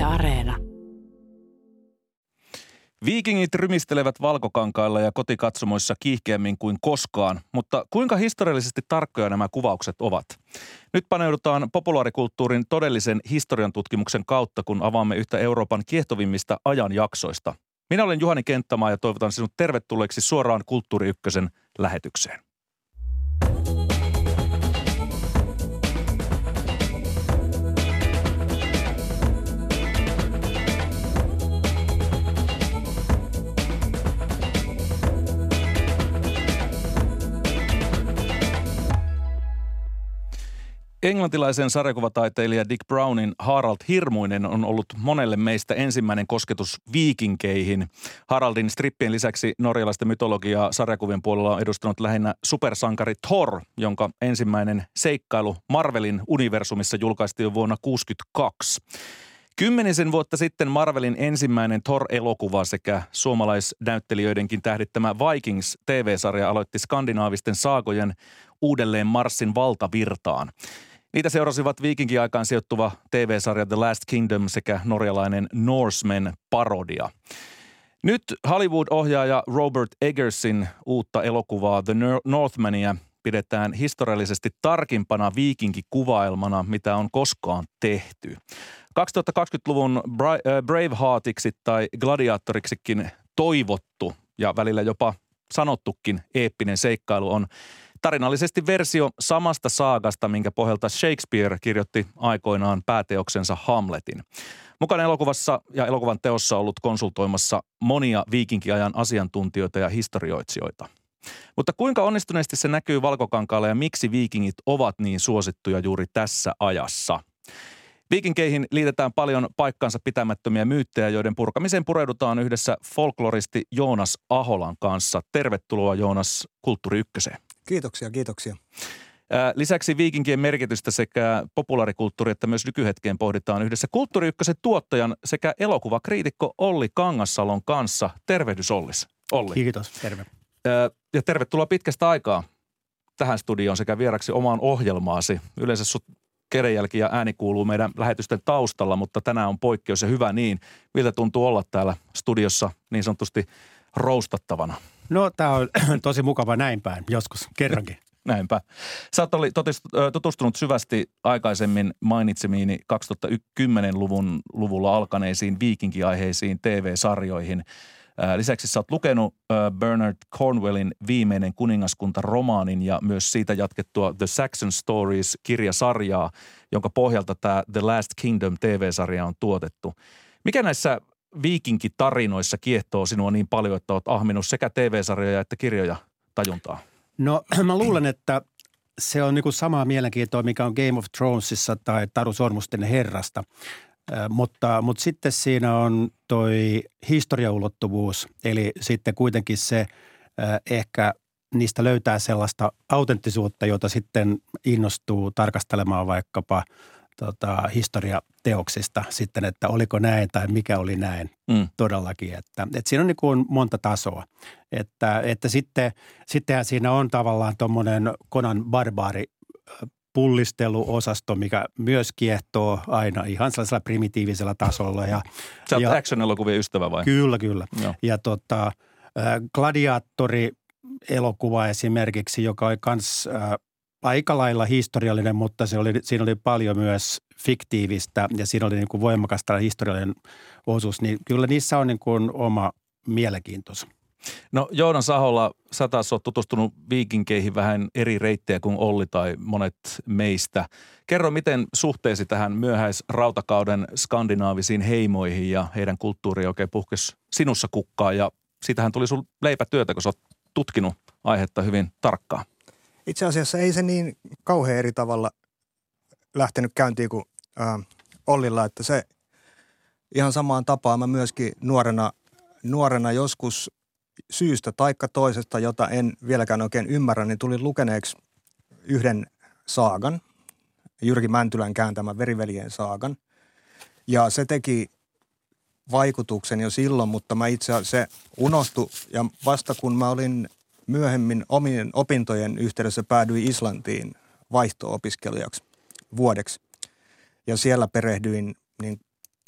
Areena. Viikingit rymistelevät valkokankailla ja kotikatsomoissa kiihkeämmin kuin koskaan, mutta kuinka historiallisesti tarkkoja nämä kuvaukset ovat? Nyt paneudutaan populaarikulttuurin todellisen historian tutkimuksen kautta, kun avaamme yhtä Euroopan kiehtovimmista ajanjaksoista. Minä olen Juhani Kenttämaa ja toivotan sinut tervetulleeksi suoraan Kulttuuri Ykkösen lähetykseen. Englantilaisen sarjakuvataiteilija Dick Brownin Harald Hirmuinen on ollut monelle meistä ensimmäinen kosketus viikinkeihin. Haraldin strippien lisäksi norjalaisten mytologiaa sarjakuvien puolella on edustanut lähinnä supersankari Thor, jonka ensimmäinen seikkailu Marvelin universumissa julkaistiin jo vuonna 1962. 10 vuotta sitten Marvelin ensimmäinen Thor-elokuva sekä suomalaisnäyttelijöidenkin tähdittämä Vikings TV-sarja aloitti skandinaavisten saagojen uudelleen marssin valtavirtaan. Niitä seurasivat viikinkiaikaan sijoittuva TV-sarja The Last Kingdom sekä norjalainen Norsemen-parodia. Nyt Hollywood-ohjaaja Robert Eggersin uutta elokuvaa The Northmania pidetään historiallisesti tarkimpana viikinkikuvaelmana, mitä on koskaan tehty. 2020-luvun Braveheartiksi tai gladiaattoriksikin toivottu ja välillä jopa sanottukin eeppinen seikkailu on tarinallisesti versio samasta saagasta, minkä pohjalta Shakespeare kirjoitti aikoinaan pääteoksensa Hamletin. Mukana elokuvassa ja elokuvan teossa ollut konsultoimassa monia viikinkiajan asiantuntijoita ja historioitsijoita. Mutta kuinka onnistuneesti se näkyy valkokankaalla ja miksi viikingit ovat niin suosittuja juuri tässä ajassa? Viikinkeihin liitetään paljon paikkansa pitämättömiä myyttejä, joiden purkamiseen pureudutaan yhdessä folkloristi Joonas Aholan kanssa. Tervetuloa Joonas Kulttuuri Ykköseen. Kiitoksia. Lisäksi viikinkien merkitystä sekä populaarikulttuuri että myös nykyhetkeen pohditaan yhdessä Kulttuuri Ykkösen tuottajan sekä elokuvakriitikko Olli Kangassalon kanssa. Tervehdys Olli. Kiitos, terve. Ja tervetuloa pitkästä aikaa tähän studioon sekä vieraksi omaan ohjelmaasi. Yleensä sut kädenjälki ja ääni kuuluu meidän lähetysten taustalla, mutta tänään on poikkeus ja hyvä niin. Miltä tuntuu olla täällä studiossa niin sanotusti roustattavana? No tämä on tosi mukava näin päin, joskus kerrankin. Näinpä. Sä oot tutustunut syvästi aikaisemmin mainitsemiini 2010-luvulla alkaneisiin viikinkiaiheisiin TV-sarjoihin. Lisäksi sä oot lukenut Bernard Cornwellin Viimeinen kuningaskunta-romaanin ja myös siitä jatkettua The Saxon Stories-kirjasarjaa, jonka pohjalta tämä The Last Kingdom TV-sarja on tuotettu. Mikä näissä viikinkitarinoissa kiehtoo sinua niin paljon, että oot ahminut sekä TV-sarjoja että kirjoja tajuntaa? No mä luulen, että se on niinku samaa mielenkiintoa, mikä on Game of Thronesissa tai Taru Sormusten herrasta. Mutta sitten siinä on toi historiaulottuvuus, eli sitten kuitenkin se ehkä niistä löytää sellaista autenttisuutta, jota sitten innostuu tarkastelemaan vaikkapa historiateoksista sitten, että oliko näin tai mikä oli näin todellakin. Että siinä on niin kuin monta tasoa. Että sittenhän siinä on tavallaan tuommoinen Conan barbaari pullisteluosasto, mikä myös kiehtoo aina ihan sellaisella primitiivisellä tasolla. Sä oot action-elokuvien ystävä vai? Kyllä. Joo. Ja Gladiaattori-elokuva esimerkiksi, joka oli kans aika lailla historiallinen, mutta siinä oli paljon myös fiktiivistä ja siinä oli niin kuin voimakas historiallinen osuus, niin kyllä niissä on niin kuin oma mielenkiintoisa. No Joonas Ahola, sä taas oot tutustunut viikinkeihin vähän eri reittejä kuin Olli tai monet meistä. Kerro, miten suhteesi tähän myöhäisrautakauden skandinaavisiin heimoihin ja heidän kulttuuriin oikein puhkesi sinussa kukkaan ja siitähän tuli sun leipätyötä, kun sä oot tutkinut aihetta hyvin tarkkaan. Itse asiassa ei se niin kauhean eri tavalla lähtenyt käyntiin kuin Ollilla, että se ihan samaan tapaan mä myöskin nuorena joskus syystä taikka toisesta, jota en vieläkään oikein ymmärrä, niin tulin lukeneeksi yhden saagan, Jyrki Mäntylän kääntämän Veriveljen saagan. Ja se teki vaikutuksen jo silloin, mutta mä itse asiassa se unohtui ja vasta kun mä olin myöhemmin omien opintojen yhteydessä päädyin Islantiin vaihto-opiskelijaksi vuodeksi. Ja siellä perehdyin niin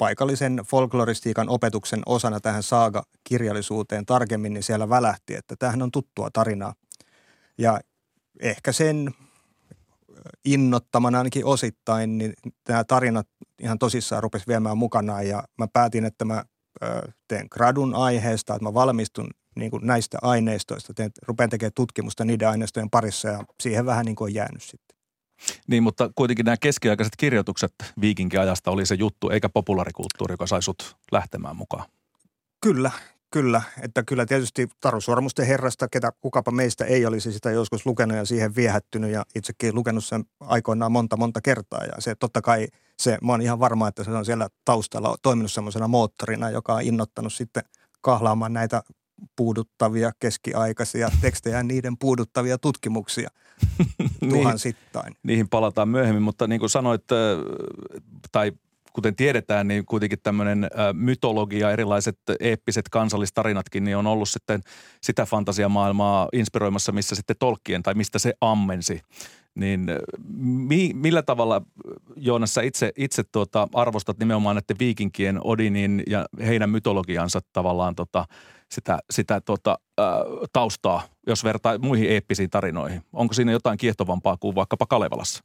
paikallisen folkloristiikan opetuksen osana tähän saaga-kirjallisuuteen tarkemmin, niin siellä välähti, että tämähän on tuttua tarinaa. Ja ehkä sen innottamana ainakin osittain, niin tämä tarina ihan tosissaan rupesi viemään mukanaan ja mä päätin, että mä teen gradun aiheesta, että mä valmistun niin kuin näistä aineistoista, rupean tekemään tutkimusta niiden aineistojen parissa ja siihen vähän niin kuin on jäänyt sitten. Niin, mutta kuitenkin nämä keskiaikaiset kirjoitukset viikinkiajasta oli se juttu, eikä populaarikulttuuri, joka sai sut lähtemään mukaan. Kyllä. Että kyllä tietysti Taru Sormusten herrasta, kukapa meistä ei olisi sitä joskus lukenut ja siihen viehättynyt ja itsekin lukenut sen aikoinaan monta kertaa. Ja se totta kai, mä oon ihan varma, että se on siellä taustalla toiminut semmoisena moottorina, joka on innottanut sitten kahlaamaan näitä puuduttavia keskiaikaisia tekstejä ja niiden puuduttavia tutkimuksia tuhansittain. Niihin palataan myöhemmin, mutta niin kuin sanoit, tai kuten tiedetään, niin kuitenkin tämmöinen mytologia, erilaiset eeppiset kansallistarinatkin, niin on ollut sitten sitä fantasiamaailmaa inspiroimassa, missä sitten Tolkien tai mistä se ammensi. Niin millä tavalla, Joonas, sä itse arvostat nimenomaan näiden viikinkien Odinin ja heidän mytologiansa tavallaan sitä taustaa, jos vertaa muihin eeppisiin tarinoihin? Onko siinä jotain kiehtovampaa kuin vaikkapa Kalevalassa?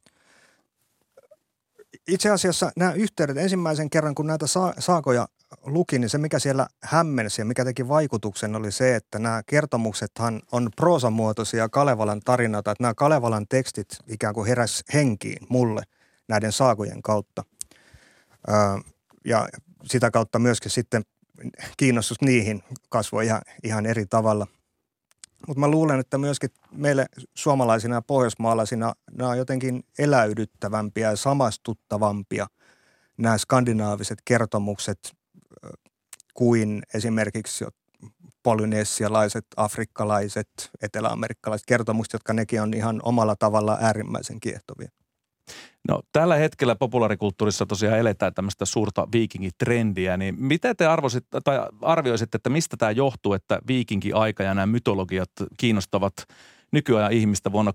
Itse asiassa nämä yhteydet ensimmäisen kerran, kun näitä saakoja luki, niin se mikä siellä hämmensi ja mikä teki vaikutuksen oli se, että nämä kertomuksethan on proosamuotoisia Kalevalan tarinoita, että nämä Kalevalan tekstit ikään kuin heräs henkiin mulle näiden saakojen kautta. Ja sitä kautta myöskin sitten kiinnostus niihin kasvoi ihan eri tavalla. Mutta mä luulen, että myöskin meille suomalaisina ja pohjoismaalaisina nämä on jotenkin eläydyttävämpiä ja samastuttavampia nämä skandinaaviset kertomukset kuin esimerkiksi polynesialaiset, afrikkalaiset, eteläamerikkalaiset kertomukset, jotka nekin on ihan omalla tavalla äärimmäisen kiehtovia. No tällä hetkellä populaarikulttuurissa tosiaan eletään tämmöistä suurta viikingitrendiä, niin mitä te arvioisitte, että mistä tämä johtuu, että viikinki-aika ja nämä mytologiat kiinnostavat nykyajan ihmistä vuonna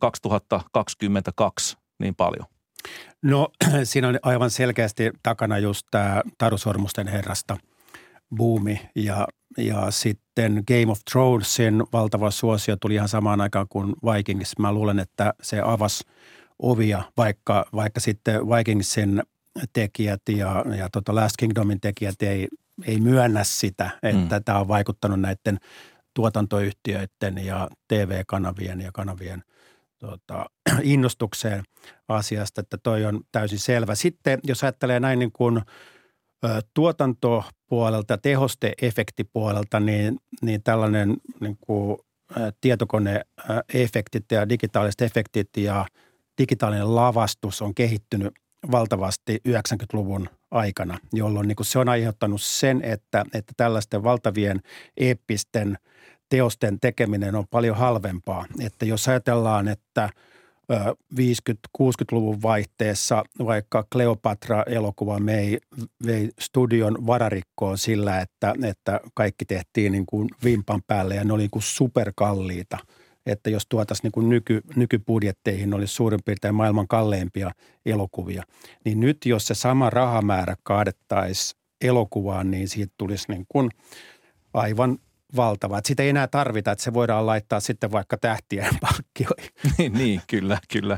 2022 niin paljon? No siinä on aivan selkeästi takana just tämä Taru Sormusten herrasta buumi ja sitten Game of Thronesin valtava suosio tuli ihan samaan aikaan kuin Vikings. Mä luulen, että se avasi ovia, vaikka sitten Vikingsin tekijät ja Last Kingdomin tekijät ei myönnä sitä, että tämä on vaikuttanut näiden tuotantoyhtiöiden ja TV-kanavien ja kanavien innostukseen asiasta, että toi on täysin selvä. Sitten jos ajattelee näin niin kuin tuotantopuolelta, tehoste-efektipuolelta, niin tällainen niin kuin tietokoneefektit ja digitaaliset efektit ja digitaalinen lavastus on kehittynyt valtavasti 90-luvun aikana, jolloin niin kuin se on aiheuttanut sen, että tällaisten valtavien eeppisten teosten tekeminen on paljon halvempaa. Että jos ajatellaan, että 50-60-luvun vaihteessa vaikka Kleopatra-elokuva vei studion vararikkoon sillä, että kaikki tehtiin niin kuin vimpan päälle ja ne oli niin kuin superkalliita. Että jos tuotaisiin niin kuin nykybudjetteihin olisi suurin piirtein maailman kalleimpia elokuvia, niin nyt jos se sama rahamäärä kaadettaisiin elokuvaan, niin siitä tulisi niin kuin aivan valtava. Että sitä ei enää tarvita, että se voidaan laittaa sitten vaikka tähtien palkkioihin. Niin, kyllä.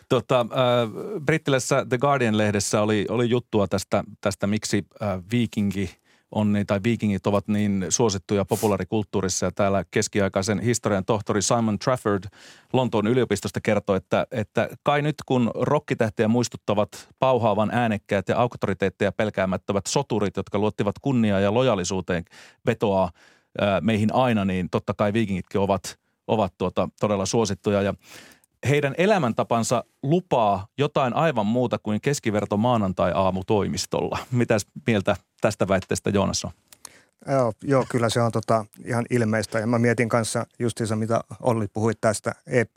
Brittilässä The Guardian-lehdessä oli juttua tästä miksi viikingit ovat niin suosittuja populaarikulttuurissa. Ja täällä keskiaikaisen historian tohtori Simon Trafford Lontoon yliopistosta kertoi, että kai nyt kun rokkitähtiä muistuttavat pauhaavan äänekkäät ja auktoriteetteja pelkäämättömät soturit, jotka luottivat kunniaa ja lojallisuuteen vetoaa meihin aina, niin totta kai viikingitkin ovat todella suosittuja ja heidän elämäntapansa lupaa jotain aivan muuta kuin keskiverto maanantai-aamu toimistolla. Mitäs mieltä tästä väitteestä Joonas on? Joo, kyllä se on ihan ilmeistä. Ja mä mietin kanssa justiinsa, mitä Olli puhui tästä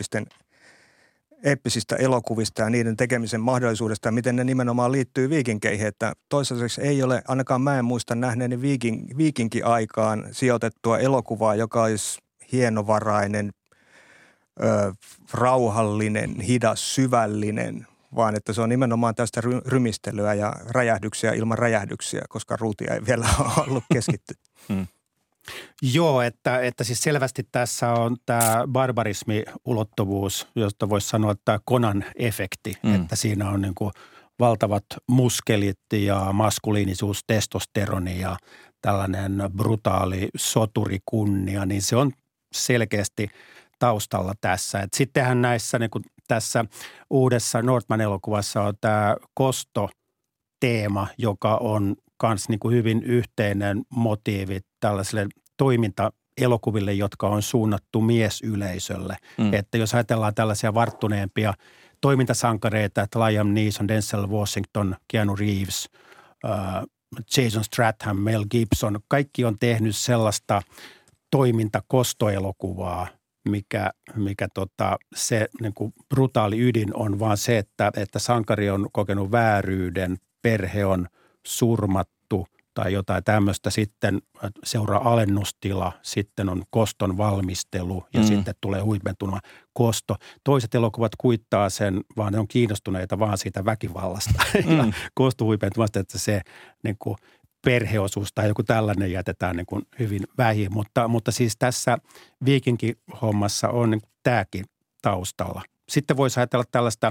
eeppisistä elokuvista ja niiden tekemisen mahdollisuudesta ja miten ne nimenomaan liittyy viikinkeihin. Että toistaiseksi ei ole, ainakaan mä en muista nähneeni viikinki-aikaan sijoitettua elokuvaa, joka olisi hienovarainen, rauhallinen, hidas, syvällinen, vaan että se on nimenomaan tästä rymistelyä ja räjähdyksiä ilman räjähdyksiä, koska ruutia ei vielä ole ollut keskitty. Joo, että siis selvästi tässä on tämä barbarismi-ulottuvuus, josta voisi sanoa tämä Conan-efekti, että siinä on niin kuin valtavat muskelit ja maskuliinisuus, testosteroni ja tällainen brutaali soturikunnia, niin se on selkeästi taustalla tässä. Et sittenhän näissä niin kuin tässä uudessa Northman-elokuvassa on tämä kostoteema, joka on myös niin kuin hyvin yhteinen motiivi tällaisille toimintaelokuville, jotka on suunnattu miesyleisölle. Että jos ajatellaan tällaisia varttuneempia toimintasankareita, että Liam Neeson, Denzel Washington, Keanu Reeves, Jason Statham, Mel Gibson, kaikki on tehnyt sellaista toimintakostoelokuvaa, mikä se niin kuin brutaali ydin on vaan se, että sankari on kokenut vääryyden, perhe on surmattu tai jotain tämmöistä. Sitten seuraa alennustila, sitten on koston valmistelu ja sitten tulee huipentuma kosto. Toiset elokuvat kuittaa sen, vaan ne on kiinnostuneita vaan siitä väkivallasta ja kostohuipentumasta, että se niin kuin perheosuus tai joku tällainen jätetään niin kuin hyvin vähin. Mutta siis tässä viikinkihommassa on niin tämäkin taustalla. Sitten voisi ajatella tällaista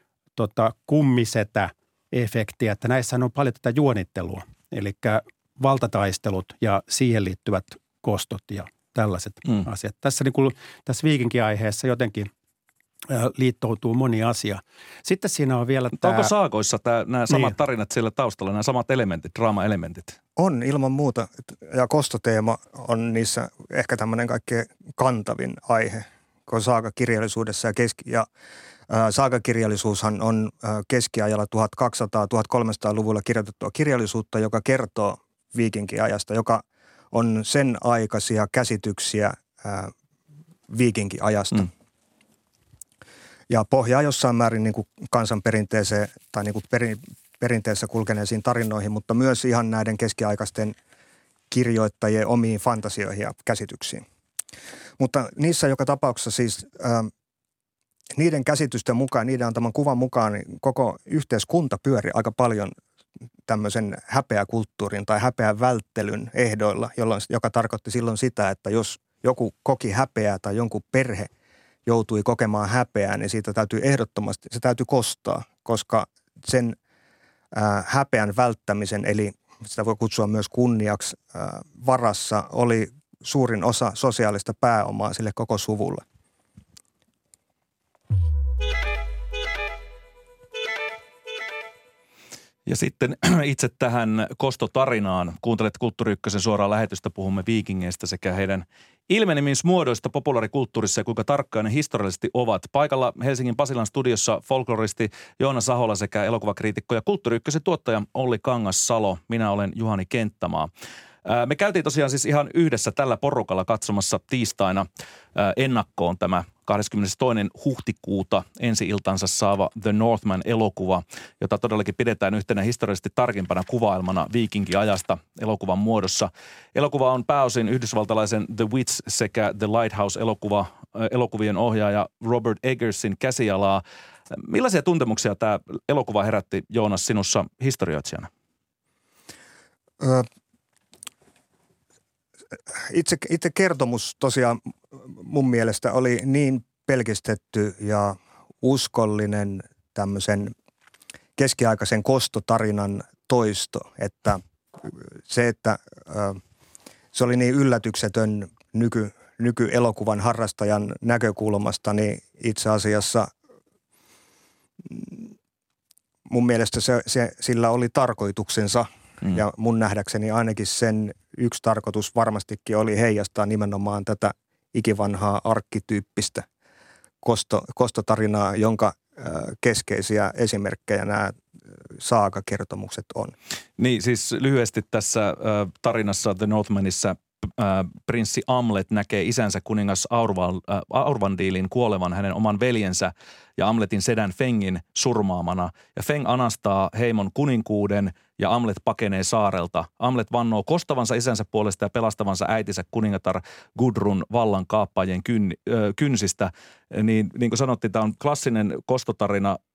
kummisetä-efektiä, että näissä on paljon tätä juonittelua. Eli valtataistelut ja siihen liittyvät kostot ja tällaiset asiat. Tässä, niin kuin, tässä viikinkiaiheessa jotenkin liittoutuu moni asia. Sitten siinä on vielä tämä... Onko saakoissa nämä samat tarinat siellä taustalla, nämä samat elementit, draama-elementit? On ilman muuta, ja kostoteema on niissä ehkä tämmöinen kaikkein kantavin aihe, kun saagakirjallisuudessa ja saagakirjallisuushan on keskiajalla 1200-1300-luvulla kirjoitettua kirjallisuutta, joka kertoo viikinkiajasta, joka on sen aikaisia käsityksiä viikinkiajasta. Ja pohjaa jossain määrin niin kuin kansanperinteeseen tai niin kuin perinteessä kulkeneisiin tarinoihin, mutta myös ihan näiden keskiaikaisten kirjoittajien omiin fantasioihin ja käsityksiin. Mutta niissä joka tapauksessa siis niiden käsitysten mukaan, niiden antaman kuvan mukaan niin koko yhteiskunta pyöri aika paljon tämmöisen häpeäkulttuurin tai häpeän välttelyn ehdoilla, joka tarkoitti silloin sitä, että jos joku koki häpeää tai jonkun perhe joutui kokemaan häpeää, niin siitä täytyy ehdottomasti, se täytyy kostaa, koska sen häpeän välttämisen, eli sitä voi kutsua myös kunniaksi, varassa oli suurin osa sosiaalista pääomaa sille koko suvulle. Ja sitten itse tähän kostotarinaan. Kuuntelet Kulttuuri Ykkösen suoraa lähetystä, puhumme viikingeistä sekä heidän ilmenemismuodoista populaarikulttuurissa ja kuinka tarkkaan ne historiallisesti ovat. Paikalla Helsingin Pasilan studiossa folkloristi Joona Sahola sekä elokuvakriitikko ja Kulttuuri Ykkösen tuottaja Olli Kangassalo. Minä olen Juhani Kenttämaa. Me käytiin tosiaan siis ihan yhdessä tällä porukalla katsomassa tiistaina ennakkoon tämä 22. huhtikuuta ensi-iltansa saava The Northman-elokuva, jota todellakin pidetään yhtenä historiallisesti tarkimpana kuvailmana viikinkiajasta elokuvan muodossa. Elokuva on pääosin yhdysvaltalaisen The Witch sekä The Lighthouse-elokuvien ohjaaja Robert Eggersin käsialaa. Millaisia tuntemuksia tämä elokuva herätti, Joonas, sinussa historioitsijana? Itse kertomus tosiaan mun mielestä oli niin pelkistetty ja uskollinen tämmöisen keskiaikaisen kostotarinan toisto, että se oli niin yllätyksetön nykyelokuvan harrastajan näkökulmasta, niin itse asiassa mun mielestä sillä oli tarkoituksensa. Ja mun nähdäkseni ainakin sen yksi tarkoitus varmastikin oli heijastaa nimenomaan tätä ikivanhaa arkkityyppistä kostotarinaa, jonka keskeisiä esimerkkejä nämä saagakertomukset on. Niin, siis lyhyesti tässä tarinassa The Northmanissa prinssi Amlet näkee isänsä kuningas Aurvandilin kuolevan hänen oman veljensä ja Amletin sedän Fengin surmaamana. Ja Feng anastaa heimon kuninkuuden ja Amlet pakenee saarelta. Amlet vannoo kostavansa isänsä puolesta ja pelastavansa äitinsä kuningatar Gudrun vallan kaappaajien kynsistä. Niin kuin sanottiin, tämä on klassinen kostotarina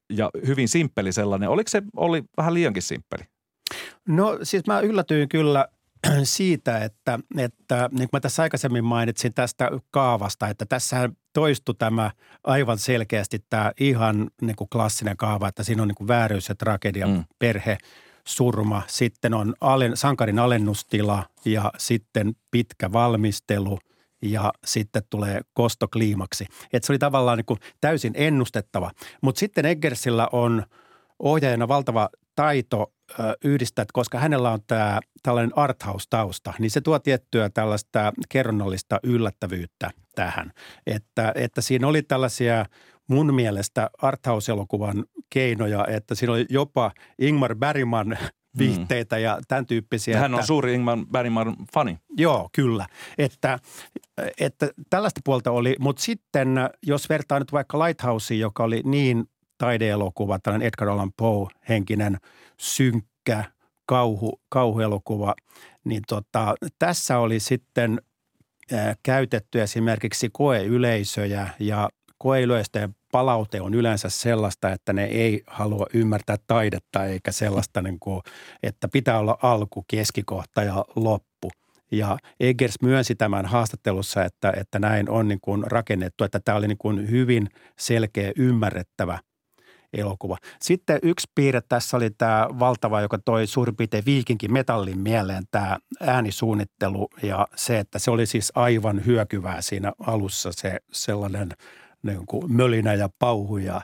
ja hyvin simppeli sellainen. Oliko se oli vähän liiankin simppeli? No siis mä yllätyin kyllä siitä, että niin kuin mä tässä aikaisemmin mainitsin tästä kaavasta, että tässähän toistui tämä aivan selkeästi tämä ihan niin kuin klassinen kaava, että siinä on niin kuin vääryys ja tragedia, perhe, surma, sitten on sankarin alennustila ja sitten pitkä valmistelu ja sitten tulee kostokliimaksi. Että se oli tavallaan niin kuin täysin ennustettava. Mutta sitten Eggersillä on ohjaajana valtava taito yhdistää, että koska hänellä on tämä tällainen arthouse-tausta, niin se tuo tiettyä tällaista kerronnallista yllättävyyttä tähän. Että siinä oli tällaisia mun mielestä arthouse-elokuvan keinoja, että siinä oli jopa Ingmar Bergman viihteitä ja tämän tyyppisiä. Hän on suuri Ingmar Bergman fani. Joo, kyllä. Että tällaista puolta oli, mutta sitten jos vertaa nyt vaikka Lighthouseen, joka oli niin taideelokuva, tällainen Edgar Allan Poe-henkinen synkkä kauhuelokuva, niin tässä oli sitten käytetty esimerkiksi koeyleisöjä ja koeyleisöjen palaute on yleensä sellaista, että ne ei halua ymmärtää taidetta eikä sellaista, niin kuin, että pitää olla alku, keskikohta ja loppu. Ja Eggers myönsi tämän haastattelussa, että näin on niin kuin rakennettu, että tämä oli niin kuin hyvin selkeä, ymmärrettävä elokuva. Sitten yksi piirre tässä oli tämä valtava, joka toi suurin piirtein Viikinkin metallin mieleen, tämä äänisuunnittelu ja se, että se oli siis aivan hyökyvää siinä alussa se sellainen niin kuin mölinä ja pauhu ja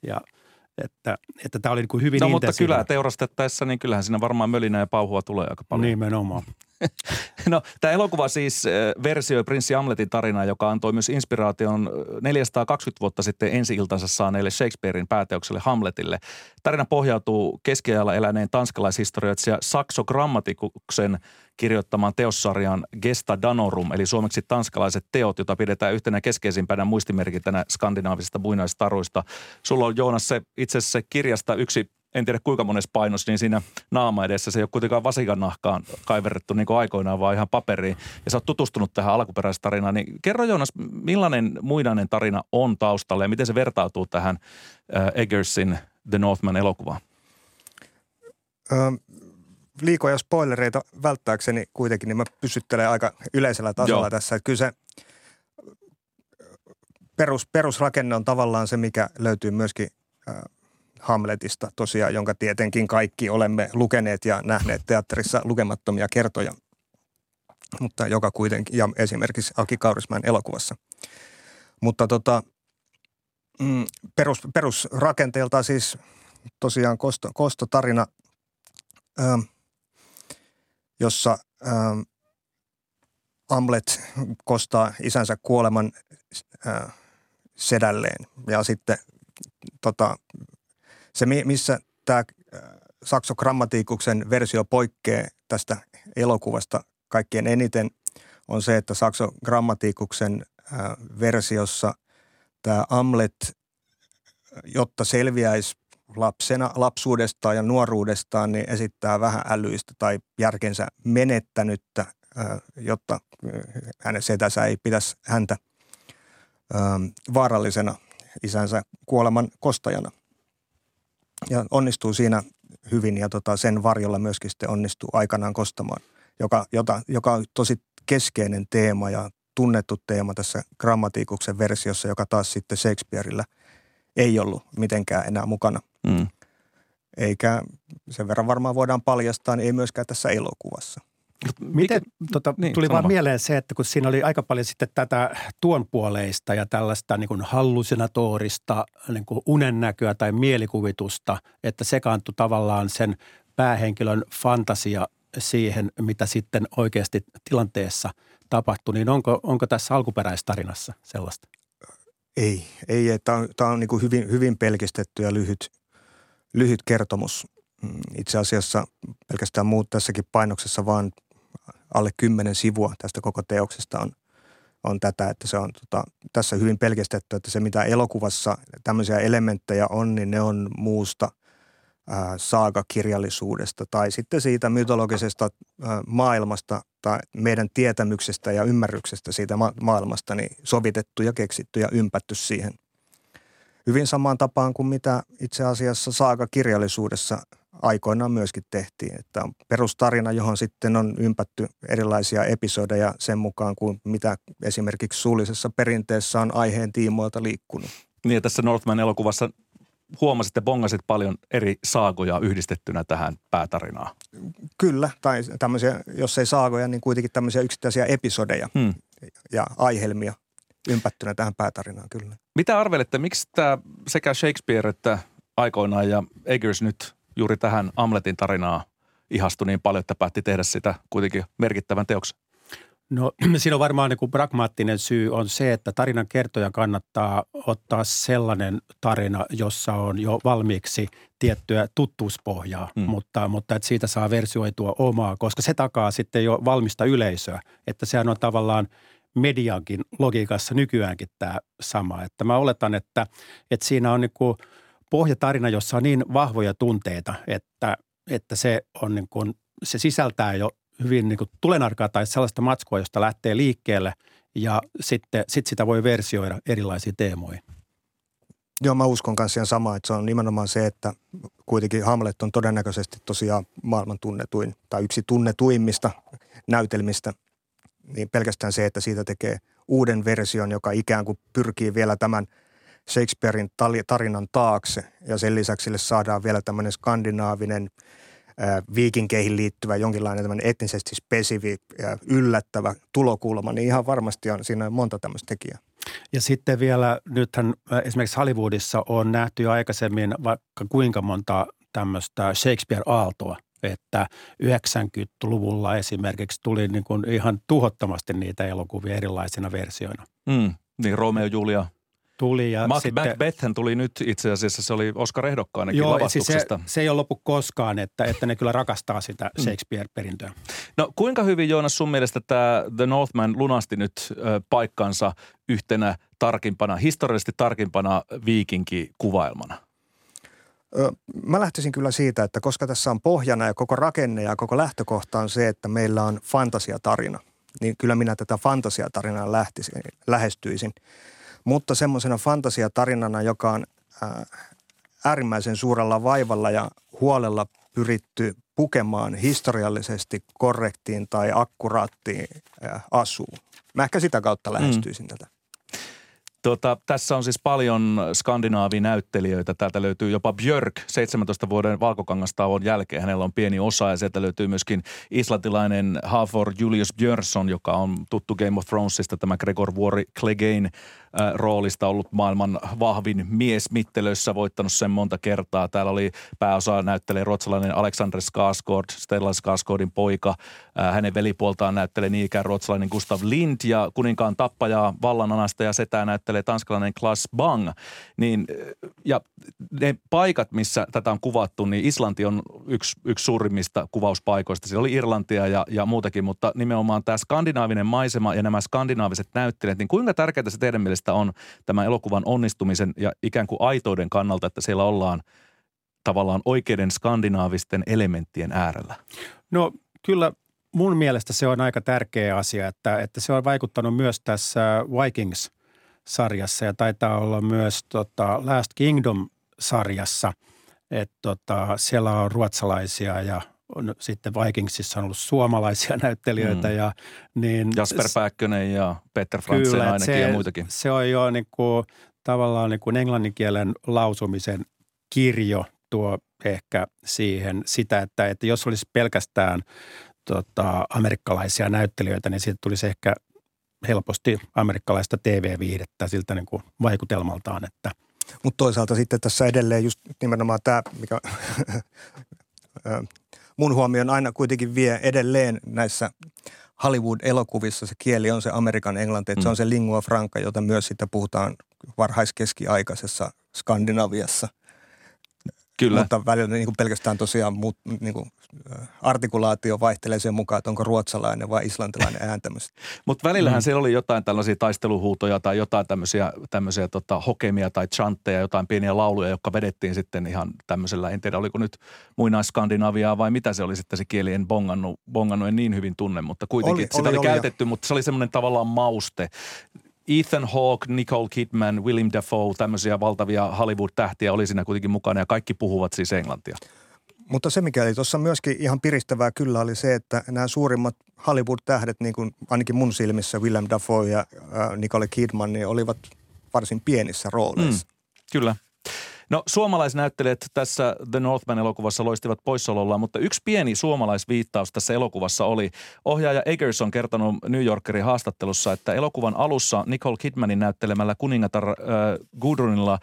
että tämä oli niin kuin hyvin intensiivinen. Mutta kyllä teurastettaessa, niin kyllähän siinä varmaan mölinä ja pauhua tulee aika paljon. Nimenomaan. No, tämä elokuva siis versioi prinssi Hamletin tarinaa, joka antoi myös inspiraation 420 vuotta sitten ensi-iltansa saaneelle Shakespearein pääteokselle Hamletille. Tarina pohjautuu keskiajalla eläneen tanskalaishistorioitsija Saxo Grammaticuksen kirjoittamaan teossarjaan Gesta Danorum, eli suomeksi tanskalaiset teot, jota pidetään yhtenä keskeisimpänä muistimerkintänä skandinaavisista muinaistaruista. Sulla on, Joonas, se itse asiassa kirjasta yksi, en tiedä kuinka monessa painos, niin siinä naama edessä se ei ole kuitenkaan vasikan nahkaan kaiverrettu niin kuin aikoinaan, vaan ihan paperiin. Ja sä oot tutustunut tähän alkuperäistarinaan. Niin kerro, Joonas, millainen muinainen tarina on taustalla ja miten se vertautuu tähän Eggersin The Northman-elokuvaan? Liikoja spoilereita välttääkseni kuitenkin, niin mä pysyttelen aika yleisellä tasolla tässä. Että kyllä se perusrakenne on tavallaan se, mikä löytyy myöskin Hamletista tosiaan, jonka tietenkin kaikki olemme lukeneet ja nähneet teatterissa lukemattomia kertoja, mutta joka kuitenkin, ja esimerkiksi Aki Kaurismäen elokuvassa. Mutta perusrakenteeltaan siis tosiaan kostotarina, jossa Hamlet kostaa isänsä kuoleman sedälleen ja sitten se, missä tämä Saxo Grammaticuksen versio poikkeaa tästä elokuvasta kaikkein eniten, on se, että Saxo Grammaticuksen versiossa tämä Hamlet, jotta selviäisi lapsuudestaan ja nuoruudestaan, niin esittää vähän älyistä tai järkensä menettänyttä, jotta hänen setänsä ei pitäisi häntä vaarallisena isänsä kuoleman kostajana. Ja onnistuu siinä hyvin ja sen varjolla myöskin sitten onnistuu aikanaan kostamaan, joka on tosi keskeinen teema ja tunnettu teema tässä Grammaticuksen versiossa, joka taas sitten Shakespearella ei ollut mitenkään enää mukana. Eikä sen verran varmaan voidaan paljastaa, niin ei myöskään tässä elokuvassa. Miten, tuli vaan mieleen se, että kun siinä oli aika paljon sitten tätä tuonpuoleista ja tällaista niin kuin hallusinatorista niin kuin unennäköä tai mielikuvitusta, että sekaantui tavallaan sen päähenkilön fantasia siihen, mitä sitten oikeasti tilanteessa tapahtui, niin onko tässä alkuperäistarinassa sellaista? Ei. Tämä on niin kuin hyvin pelkistetty ja lyhyt kertomus. Itse asiassa pelkästään muut tässäkin painoksessa vaan alle 10 sivua tästä koko teoksesta on tätä, että se on tässä hyvin pelkistetty, että se mitä elokuvassa tämmöisiä elementtejä on, niin ne on muusta saagakirjallisuudesta tai sitten siitä mytologisesta maailmasta tai meidän tietämyksestä ja ymmärryksestä siitä maailmasta niin sovitettu ja keksitty ja ympätty siihen hyvin samaan tapaan kuin mitä itse asiassa saagakirjallisuudessa aikoinaan myöskin tehtiin. Että on perustarina, johon sitten on ympätty erilaisia episodeja sen mukaan kuin mitä esimerkiksi suullisessa perinteessä on aiheen tiimoilta liikkunut. Niin ja tässä Northman-elokuvassa huomasit ja bongasit paljon eri saagoja yhdistettynä tähän päätarinaan. Kyllä, tai tämmöisiä, jos ei saagoja, niin kuitenkin tämmöisiä yksittäisiä episodeja ja aihelmia ympättynä tähän päätarinaan, kyllä. Mitä arvelette, miksi tämä sekä Shakespeare että aikoinaan ja Eggers nyt juuri tähän Hamletin tarinaan ihastui niin paljon, että päätti tehdä sitä kuitenkin merkittävän teoksen? No siinä on varmaan niin kuin pragmaattinen syy on se, että tarinan kertoja kannattaa ottaa sellainen tarina, jossa on jo valmiiksi tiettyä tuttuuspohjaa, mutta että siitä saa versioitua omaa, koska se takaa sitten jo valmista yleisöä, että sehän on tavallaan mediankin logiikassa nykyäänkin tämä sama. Että mä oletan, että siinä on niin kuin pohjatarina, jossa on niin vahvoja tunteita, että se on niin kuin, se sisältää jo hyvin niin kuin tulenarkaa tai sellaista matskua, josta lähtee liikkeelle ja sitten sitä voi versioida erilaisiin teemoihin. Joo, mä uskon kanssa siihen samaan, että se on nimenomaan se, että kuitenkin Hamlet on todennäköisesti tosiaan maailman tunnetuin tai yksi tunnetuimmista näytelmistä, niin pelkästään se, että siitä tekee uuden version, joka ikään kuin pyrkii vielä tämän Shakespearein tarinan taakse ja sen lisäksi sille saadaan vielä tämmöinen skandinaavinen viikinkeihin liittyvä jonkinlainen tämmöinen etnisesti spesifi ja yllättävä tulokulma, niin ihan varmasti on siinä monta tämmöistä tekijää. Ja sitten vielä nythän esimerkiksi Hollywoodissa on nähty jo aikaisemmin vaikka kuinka monta tämmöistä Shakespeare-aaltoa, että 90-luvulla esimerkiksi tuli niin kuin ihan tuhottomasti niitä elokuvia erilaisina versioina. Niin Romeo ja Julia. Tuli ja Macbethhän tuli nyt itse asiassa, se oli Oscar-ehdokkaanakin lavastuksesta. Siis se ei ole lopu koskaan, että ne kyllä rakastaa sitä Shakespeare-perintöä. No kuinka hyvin, Joonas, sun mielestä tämä The Northman lunasti nyt paikkansa yhtenä historiallisesti tarkimpana viikinkikuvailmana? Mä lähtisin kyllä siitä, että koska tässä on pohjana ja koko rakenne ja koko lähtökohta on se, että meillä on fantasiatarina, niin kyllä minä tätä fantasiatarinaa lähestyisin. Mutta semmoisena fantasiatarinana, joka on äärimmäisen suurella vaivalla ja huolella pyritty pukemaan historiallisesti korrektiin tai akkuraattiin asuun. Mä ehkä sitä kautta lähestyisin tätä. Tässä on siis paljon skandinaavinäyttelijöitä. Täältä löytyy jopa Björk 17 vuoden valkokangastauon jälkeen. Hänellä on pieni osa ja sieltä löytyy myöskin islantilainen Hafþór Julius Björnsson, joka on tuttu Game of Thronesista, tämä Gregor Warri Clegane roolista ollut maailman vahvin mies mittelöissä, voittanut sen monta kertaa. Täällä oli pääosa näyttelee ruotsalainen Alexander Skarsgård, Stellan Skarsgårdin poika. Hänen velipuoltaan näyttelee niin ikään ruotsalainen Gustav Lind ja kuninkaan tappajaa vallananasta ja setää näyttelee tanskalainen Claes Bang. Ja ne paikat, missä tätä on kuvattu, niin Islanti on yksi suurimmista kuvauspaikoista. Siellä oli Irlantia ja muutakin, mutta nimenomaan tämä skandinaavinen maisema ja nämä skandinaaviset näyttelijät, niin kuinka tärkeää se teidän mielestä on tämän elokuvan onnistumisen ja ikään kuin aitouden kannalta, että siellä ollaan tavallaan oikeiden skandinaavisten elementtien äärellä? No kyllä mun mielestä se on aika tärkeä asia, että se on vaikuttanut myös tässä Vikings-sarjassa ja taitaa olla myös Last Kingdom-sarjassa, että siellä on ruotsalaisia ja sitten Vikingsissa on ollut suomalaisia näyttelijöitä. Ja, niin, Jasper Pääkkönen ja Peter Frantzen ainakin ja muitakin. Se on jo niin kuin, tavallaan niin kuin englannin kielen lausumisen kirjo tuo ehkä siihen sitä, että jos olisi pelkästään amerikkalaisia näyttelijöitä, niin siitä tulisi ehkä helposti amerikkalaista TV-viihdettä siltä niin kuin vaikutelmaltaan. Mutta toisaalta sitten tässä edelleen just nimenomaan tämä, mikä mun huomioon aina kuitenkin vie edelleen näissä Hollywood-elokuvissa se kieli on se Amerikan englanti, että se on se lingua franca, jota myös sitten puhutaan varhaiskeskiaikaisessa Skandinaviassa. Kyllä. Mutta välillä niin kuin pelkästään tosiaan niin kuin artikulaatio vaihtelee sen mukaan, että onko ruotsalainen vai islantilainen ääntämys. Mutta välillähän siellä oli jotain tällaisia taisteluhuutoja tai jotain tämmöisiä hokemia tai chantteja, jotain pieniä lauluja, jotka vedettiin sitten ihan tämmöisellä, en tiedä oliko nyt muinais-Skandinaviaa vai mitä se oli sitten se kieli, en bongannut en niin hyvin tunne, mutta kuitenkin sitä oli käytetty, mutta se oli semmoinen tavallaan mauste. Ethan Hawke, Nicole Kidman, Willem Dafoe, tämmöisiä valtavia Hollywood-tähtiä oli siinä kuitenkin mukana ja kaikki puhuvat siis englantia. Mutta se, mikä oli tuossa myöskin ihan piristävää kyllä, oli se, että nämä suurimmat Hollywood-tähdet, niin kuin ainakin mun silmissä Willem Dafoe ja Nicole Kidman, niin olivat varsin pienissä rooleissa. Kyllä. No suomalaisnäyttelijät tässä The Northman-elokuvassa loistivat poissaolollaan, mutta yksi pieni suomalaisviittaus tässä elokuvassa oli. Ohjaaja Eggers on kertonut New Yorkerin haastattelussa, että elokuvan alussa Nicole Kidmanin näyttelemällä kuningatar Gudrunilla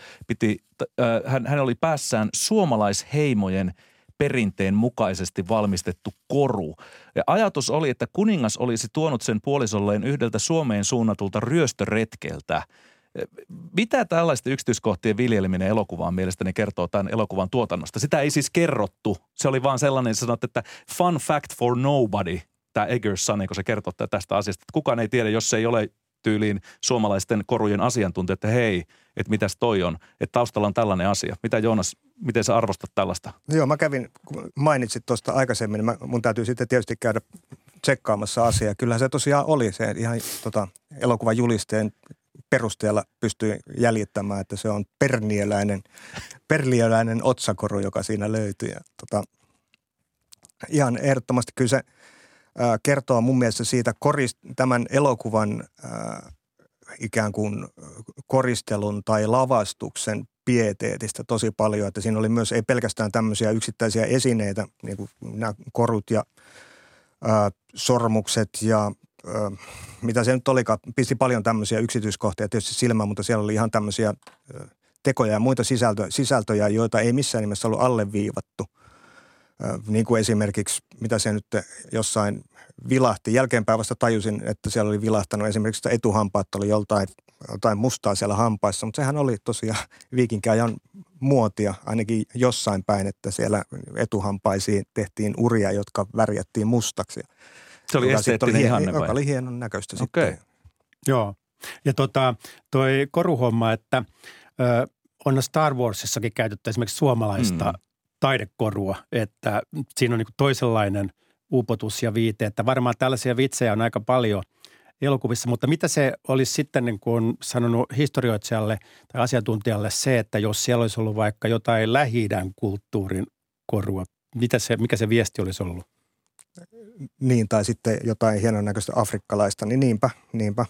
hän oli päässään suomalaisheimojen perinteen mukaisesti valmistettu koru. Ja ajatus oli, että kuningas olisi tuonut sen puolisolleen yhdeltä Suomeen suunnatulta ryöstöretkeltä. Mitä tällaisten yksityiskohtien viljeleminen elokuvaan mielestäni kertoo tämän elokuvan tuotannosta? Sitä ei siis kerrottu. Se oli vaan sellainen, sanot, että fun fact for nobody, tämä Eggers sanoi, kun se kertoo tästä asiasta. Että kukaan ei tiedä, jos se ei ole tyyliin suomalaisten korujen asiantuntija, että hei, että mitäs toi on, että taustalla on tällainen asia. Mitä Joonas, miten sä arvostat tällaista? Joo, mä kävin, kun mainitsit tuosta aikaisemmin, mun täytyy sitten tietysti käydä tsekkaamassa asiaa. Kyllähän se tosiaan oli se ihan elokuvan julisteen perusteella pystyy jäljittämään, että se on pernieläinen otsakoru, joka siinä löytyy. Ja, ihan ehdottomasti kyllä se kertoo mun mielestä siitä tämän elokuvan ikään kuin koristelun tai lavastuksen pieteetistä tosi paljon, että siinä oli myös ei pelkästään tämmöisiä yksittäisiä esineitä, niin kuin nämä korut ja sormukset ja mitä se nyt olikaan, pisti paljon tämmöisiä yksityiskohtia tietysti silmään, mutta siellä oli ihan tämmöisiä tekoja ja muita sisältöjä, joita ei missään nimessä ollut alleviivattu. Niin kuin esimerkiksi, mitä se nyt jossain vilahti. Jälkeenpäin vasta tajusin, että siellä oli vilahtanut esimerkiksi, että etuhampaat oli jotain mustaa siellä hampaissa, mutta sehän oli tosiaan viikinkiajan muotia ainakin jossain päin, että siellä etuhampaisiin tehtiin uria, jotka värjättiin mustaksi. Se oli esteettinen ihanne vai? Joka oli hienon näköistä okay. sitten. Joo. Ja toi koruhomma, että on Star Warsissakin käytetty esimerkiksi suomalaista taidekorua, että siinä on niin kuin toisenlainen upotus ja viite, että varmaan tällaisia vitsejä on aika paljon elokuvissa, mutta mitä se olisi sitten niin kuin sanonut historioitsijalle tai asiantuntijalle se, että jos siellä olisi ollut vaikka jotain Lähi-idän kulttuurin korua, mikä se viesti olisi ollut? Niin, tai sitten jotain hienon näköistä afrikkalaista, niin niinpä.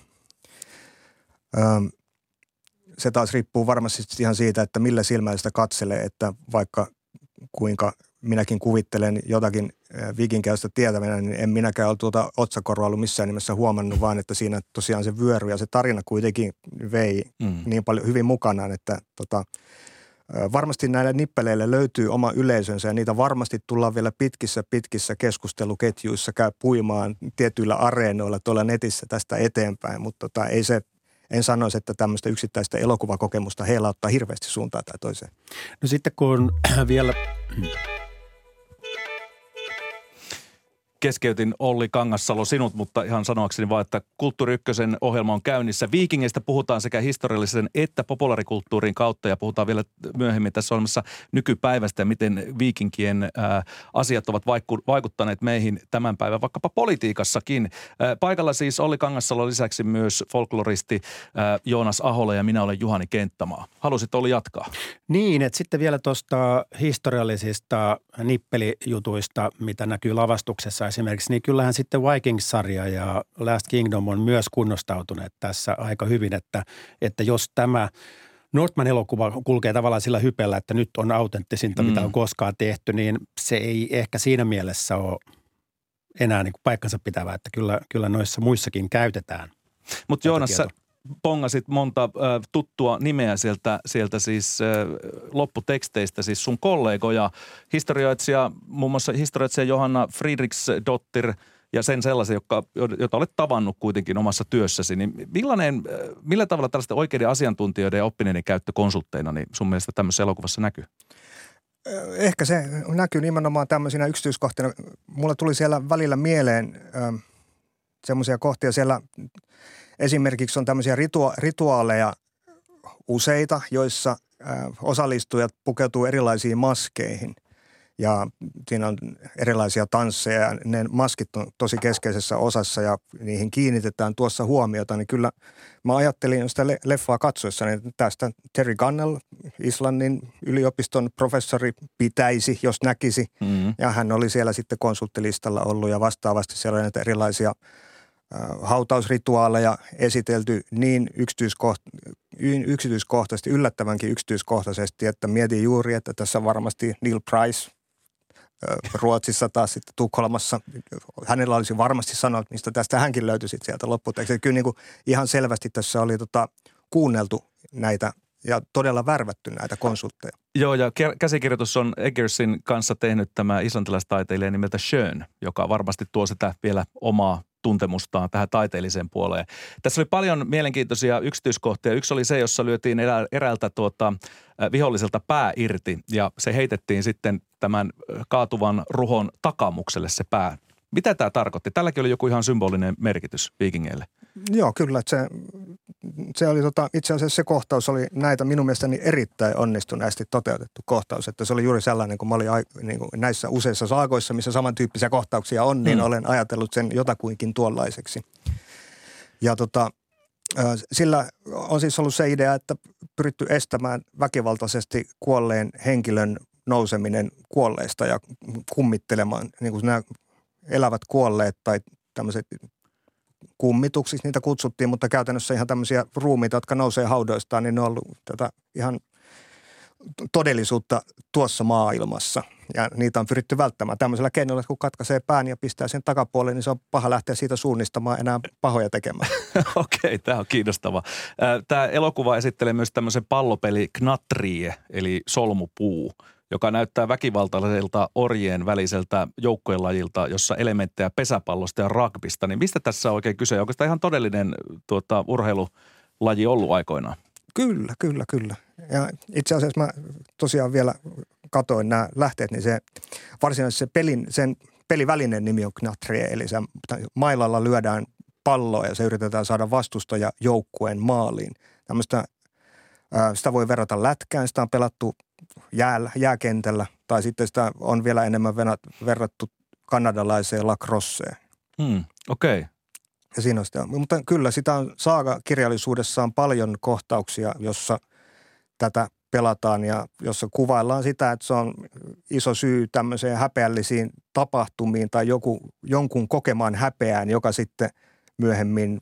Se taas riippuu varmasti ihan siitä, että millä silmällä sitä katselee, että vaikka kuinka minäkin kuvittelen jotakin viikinkielistä tietävänä, niin en minäkään ole tuota otsakorua ollut missään nimessä huomannut, vaan että siinä tosiaan se vyöry ja se tarina kuitenkin vei niin paljon hyvin mukanaan, että varmasti näille nippeleille löytyy oma yleisönsä ja niitä varmasti tullaan vielä pitkissä keskusteluketjuissa käy puimaan tietyillä areenoilla tuolla netissä tästä eteenpäin, mutta en sanoisi, että tämmöistä yksittäistä elokuvakokemusta heillä ottaa hirveästi suuntaan tai toiseen. No sitten kun vielä keskeytin Olli Kangassalo sinut, mutta ihan sanoakseni vaan, että Kulttuuri Ykkösen ohjelma on käynnissä. Viikingeistä puhutaan sekä historiallisen että populaarikulttuurin kautta ja puhutaan vielä myöhemmin tässä olemassa nykypäivästä ja miten viikinkien asiat ovat vaikuttaneet meihin tämän päivän vaikkapa politiikassakin. Paikalla siis Olli Kangassalo lisäksi myös folkloristi Joonas Ahola ja minä olen Juhani Kenttämaa. Halusit Olli jatkaa? Niin, että sitten vielä tuosta historiallisista nippelijutuista, mitä näkyy lavastuksessa esimerkiksi, niin kyllähän sitten Vikings-sarja ja Last Kingdom on myös kunnostautuneet tässä aika hyvin, että jos tämä Northman-elokuva kulkee tavallaan sillä hypellä, että nyt on autenttisinta, mitä on koskaan tehty, niin se ei ehkä siinä mielessä ole enää niin kuin paikkansa pitävää, että kyllä noissa muissakin käytetään. Mutta Joonas, sä pongasit monta tuttua nimeä sieltä siis lopputeksteistä, siis sun kollegoja, historioitsija, muun muassa historioitsija Johanna Friedrichsdottir ja sen sellaisia, joita olet tavannut kuitenkin omassa työssäsi, niin millä tavalla tällaisten oikeiden asiantuntijoiden ja oppineiden käyttö konsultteina niin sun mielestä tämmöisessä elokuvassa näkyy? Ehkä se näkyy nimenomaan tämmöisinä yksityiskohtina. Mulla tuli siellä välillä mieleen semmoisia kohtia siellä. Esimerkiksi on tämmöisiä rituaaleja useita, joissa osallistujat pukeutuu erilaisiin maskeihin. Ja siinä on erilaisia tansseja ja ne maskit on tosi keskeisessä osassa ja niihin kiinnitetään tuossa huomiota. Niin kyllä mä ajattelin sitä leffaa katsoessa, että tästä Terry Gunnell, Islannin yliopiston professori, pitäisi, jos näkisi. Ja hän oli siellä sitten konsulttilistalla ollut ja vastaavasti siellä oli näitä erilaisia hautausrituaaleja esitelty niin yksityiskohtaisesti, yllättävänkin yksityiskohtaisesti, että mietin juuri, että tässä varmasti Neil Price Ruotsissa taas sitten Tukholmassa, hänellä olisi varmasti sanonut, mistä tästä hänkin löytyi sitten sieltä lopputekstiä. Kyllä niin kuin ihan selvästi tässä oli kuunneltu näitä ja todella värvätty näitä konsultteja. Joo, ja käsikirjoitus on Eggersin kanssa tehnyt tämä islantilaistaiteilija nimeltä Schön, joka varmasti tuo sitä vielä omaa tuntemustaan tähän taiteelliseen puoleen. Tässä oli paljon mielenkiintoisia yksityiskohtia. Yksi oli se, jossa lyötiin eräältä viholliselta pää irti ja se heitettiin sitten tämän kaatuvan ruhon takamukselle se pää. Mitä tämä tarkoitti? Tälläkin oli joku ihan symbolinen merkitys viikingeille. Joo, kyllä. Se oli itse asiassa se kohtaus oli näitä minun mielestäni erittäin onnistuneesti toteutettu kohtaus. Että se oli juuri sellainen, kun mä olin niin kuin näissä useissa saagoissa, missä samantyyppisiä kohtauksia on, niin olen ajatellut sen jotakuinkin tuollaiseksi. Ja sillä on siis ollut se idea, että pyritty estämään väkivaltaisesti kuolleen henkilön nouseminen kuolleista ja kummittelemaan niin kuin nämä elävät kuolleet tai tämmöiset kummituksiksi niitä kutsuttiin, mutta käytännössä ihan tämmöisiä ruumiita, jotka nousee haudoistaan, niin ne on ollut tätä ihan todellisuutta tuossa maailmassa. Ja niitä on pyritty välttämään tämmöisellä keinolla, että kun katkaisee pään ja pistää sen takapuolelle, niin se on paha lähteä siitä suunnistamaan enää pahoja tekemään. Okei, tämä on kiinnostava. Tämä elokuva esittelee myös tämmöisen pallopeli Knatrie, eli solmupuu, joka näyttää väkivaltaiselta orjien väliseltä joukkojen lajilta, jossa elementtejä pesäpallosta ja rugbysta. Niin mistä tässä on oikein kyse? Onko tämä ihan todellinen urheilulaji ollut aikoinaan? Kyllä. Ja itse asiassa mä tosiaan vielä katoin nämä lähteet, niin se varsinaisesti sen pelivälinen nimi on Knatrie, eli se mailalla lyödään palloa ja se yritetään saada vastustaja joukkueen maaliin. Sitä voi verrata lätkään, sitä on pelattu jääkentällä tai sitten sitä on vielä enemmän verrattu kanadalaiseen lacrosseen. Okei. Ja siinä on sitä. Mutta kyllä sitä on saaga-kirjallisuudessaan paljon kohtauksia, jossa tätä pelataan ja jossa kuvaillaan sitä, että se on iso syy tämmöiseen häpeällisiin tapahtumiin tai jonkun kokemaan häpeään, joka sitten myöhemmin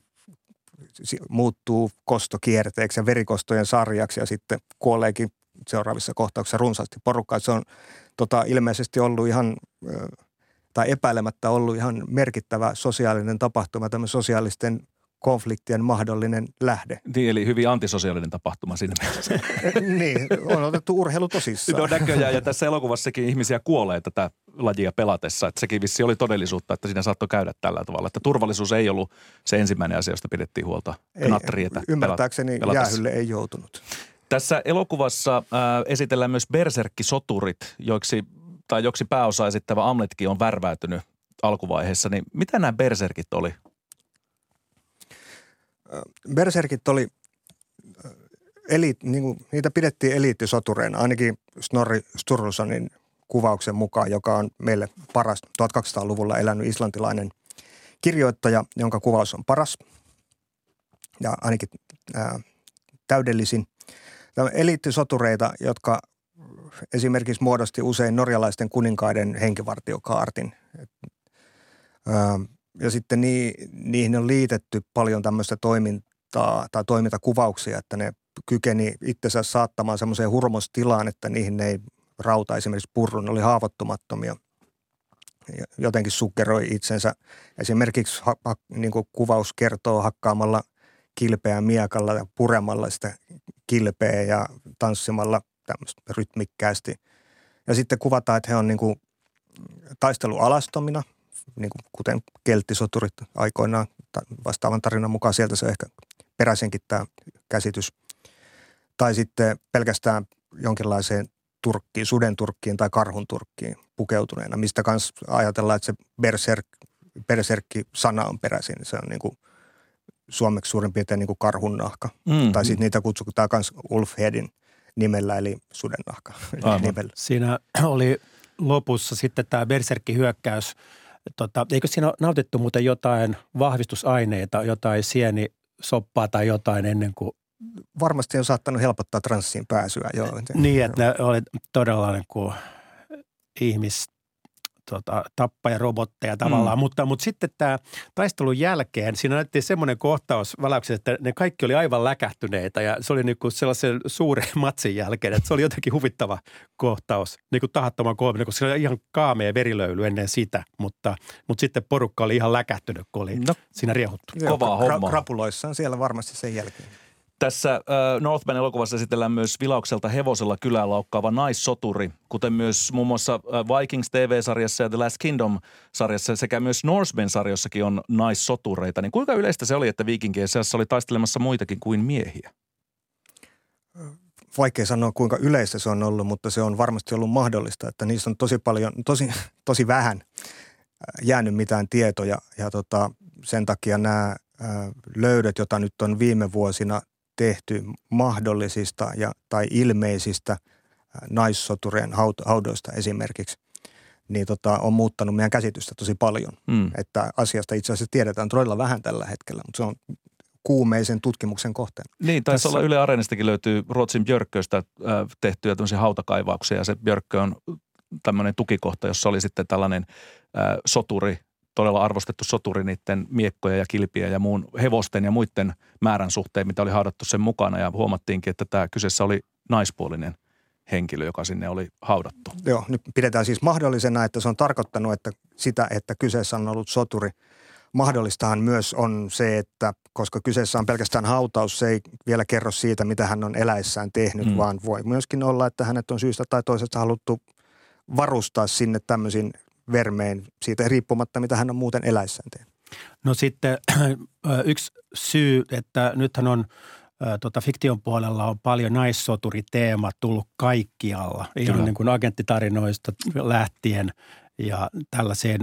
muuttuu kostokierteeksi ja verikostojen sarjaksi ja sitten kuoleekin seuraavissa kohtauksissa runsaasti porukkaa. Se on ilmeisesti ollut ihan, tai epäilemättä ollut ihan merkittävä sosiaalinen tapahtuma, tämmöinen sosiaalisten konfliktien mahdollinen lähde. Niin, eli hyvin antisosiaalinen tapahtuma siinä mielessä. Niin, on otettu urheilu tosissaan. No näköjään, ja tässä elokuvassakin ihmisiä kuolee tätä lajia pelatessa. Että sekin vissi oli todellisuutta, että siinä saattoi käydä tällä tavalla. Että turvallisuus ei ollut se ensimmäinen asia, josta pidettiin huolta. Ymmärtääkseni jäähylle ei joutunut. Tässä elokuvassa esitellään myös berserkkisoturit, joksi pääosa esittävä Amletkin on värväytynyt alkuvaiheessa. Niin mitä nämä berserkit oli? Berserkit oli, niitä pidettiin eliittisotureina, ainakin Snorri Sturlusonin kuvauksen mukaan, joka on meille paras 1200-luvulla elänyt islantilainen kirjoittaja, jonka kuvaus on paras ja ainakin täydellisin. Tämä eliittisotureita, jotka esimerkiksi muodosti usein norjalaisten kuninkaiden henkivartiokaartin. Ja sitten niihin on liitetty paljon tämmöistä toimintaa tai toimintakuvauksia, että ne kykeni itsensä saattamaan semmoiseen hurmostilaan, että niihin ei rauta esimerkiksi purru, ne oli haavoittumattomia. Jotenkin suggeroi itsensä. Esimerkiksi niin kuin kuvaus kertoo hakkaamalla kilpeä miekalla ja puremalla sitä kilpeä ja tanssimalla tämmöistä rytmikkäästi. Ja sitten kuvataan, että he on niin kuin taistelualastomina, niin kuin kuten kelttisoturit aikoinaan vastaavan tarinan mukaan. Sieltä se ehkä peräisenkin tämä käsitys. Tai sitten pelkästään jonkinlaiseen turkkiin, suden turkkiin tai karhun turkkiin pukeutuneena, mistä kanssa ajatellaan, että se berserkki-sana on peräisin. Se on niin kuin suomeksi suurin piirtein niin kuin karhunnahka. Tai sitten niitä kutsutaan myös Ulfhedin nimellä, eli sudennahka nimellä. Siinä oli lopussa sitten tämä berserkkihyökkäys. Eikö siinä ole nautittu muuten jotain vahvistusaineita, jotain sienisoppaa tai jotain ennen kuin? Varmasti on saattanut helpottaa transsiin pääsyä. Joo. Niin, että ne oli todella niin kuin tappajarobotteja tavallaan, mutta sitten tämä taistelun jälkeen, siinä näytti semmoinen kohtaus valauksessa, että ne kaikki oli aivan läkähtyneitä ja se oli niin kuin sellaisen suuren matsin jälkeen, että se oli jotenkin huvittava kohtaus, niin kuin tahattoman koominen, koska se oli ihan kaamea verilöyly ennen sitä, mutta sitten porukka oli ihan läkähtynyt, kun oli siinä riehuttu. Kovaa hommaa. Krapuloissaan siellä varmasti sen jälkeen. Tässä Northman-elokuvassa esitellään myös vilaukselta hevosella kylään laukkaava naissoturi, kuten myös muun muassa Vikings TV-sarjassa ja The Last Kingdom-sarjassa sekä myös Norsemen-sarjossakin on naissotureita. Niin kuinka yleistä se oli, että viikinkien seassa oli taistelemassa muitakin kuin miehiä? Vaikea sanoa, kuinka yleistä se on ollut, mutta se on varmasti ollut mahdollista, että niistä on tosi vähän jäänyt mitään tietoja ja sen takia nämä löydöt, joita nyt on viime vuosina tehty mahdollisista tai ilmeisistä naissoturien haudoista esimerkiksi, niin on muuttanut meidän käsitystä tosi paljon. Että asiasta itse asiassa tiedetään todella vähän tällä hetkellä, mutta se on kuumeisen tutkimuksen kohteena. Niin, taisi olla Yle Areenistakin löytyy Ruotsin Björköstä tehtyjä tämmöisiä hautakaivauksia ja se Björkö on tämmöinen tukikohta, jossa oli sitten tällainen soturi, todella arvostettu soturi niiden miekkoja ja kilpiä ja muun hevosten ja muiden määrän suhteen, mitä oli haudattu sen mukana. Ja huomattiinkin, että tämä kyseessä oli naispuolinen henkilö, joka sinne oli haudattu. Joo, nyt pidetään siis mahdollisena, että se on tarkoittanut, että sitä, että kyseessä on ollut soturi. Mahdollistahan myös on se, että koska kyseessä on pelkästään hautaus, se ei vielä kerro siitä, mitä hän on eläessään tehnyt, vaan voi myöskin olla, että hänet on syystä tai toisesta haluttu varustaa sinne tämmöisiin vermeen siitä riippumatta, mitä hän on muuten eläissään tehnyt. No sitten yksi syy, että nythän on fiktion puolella on paljon naissoturiteema tullut kaikkialla. Ihan niin kuin agenttitarinoista lähtien ja tällaiseen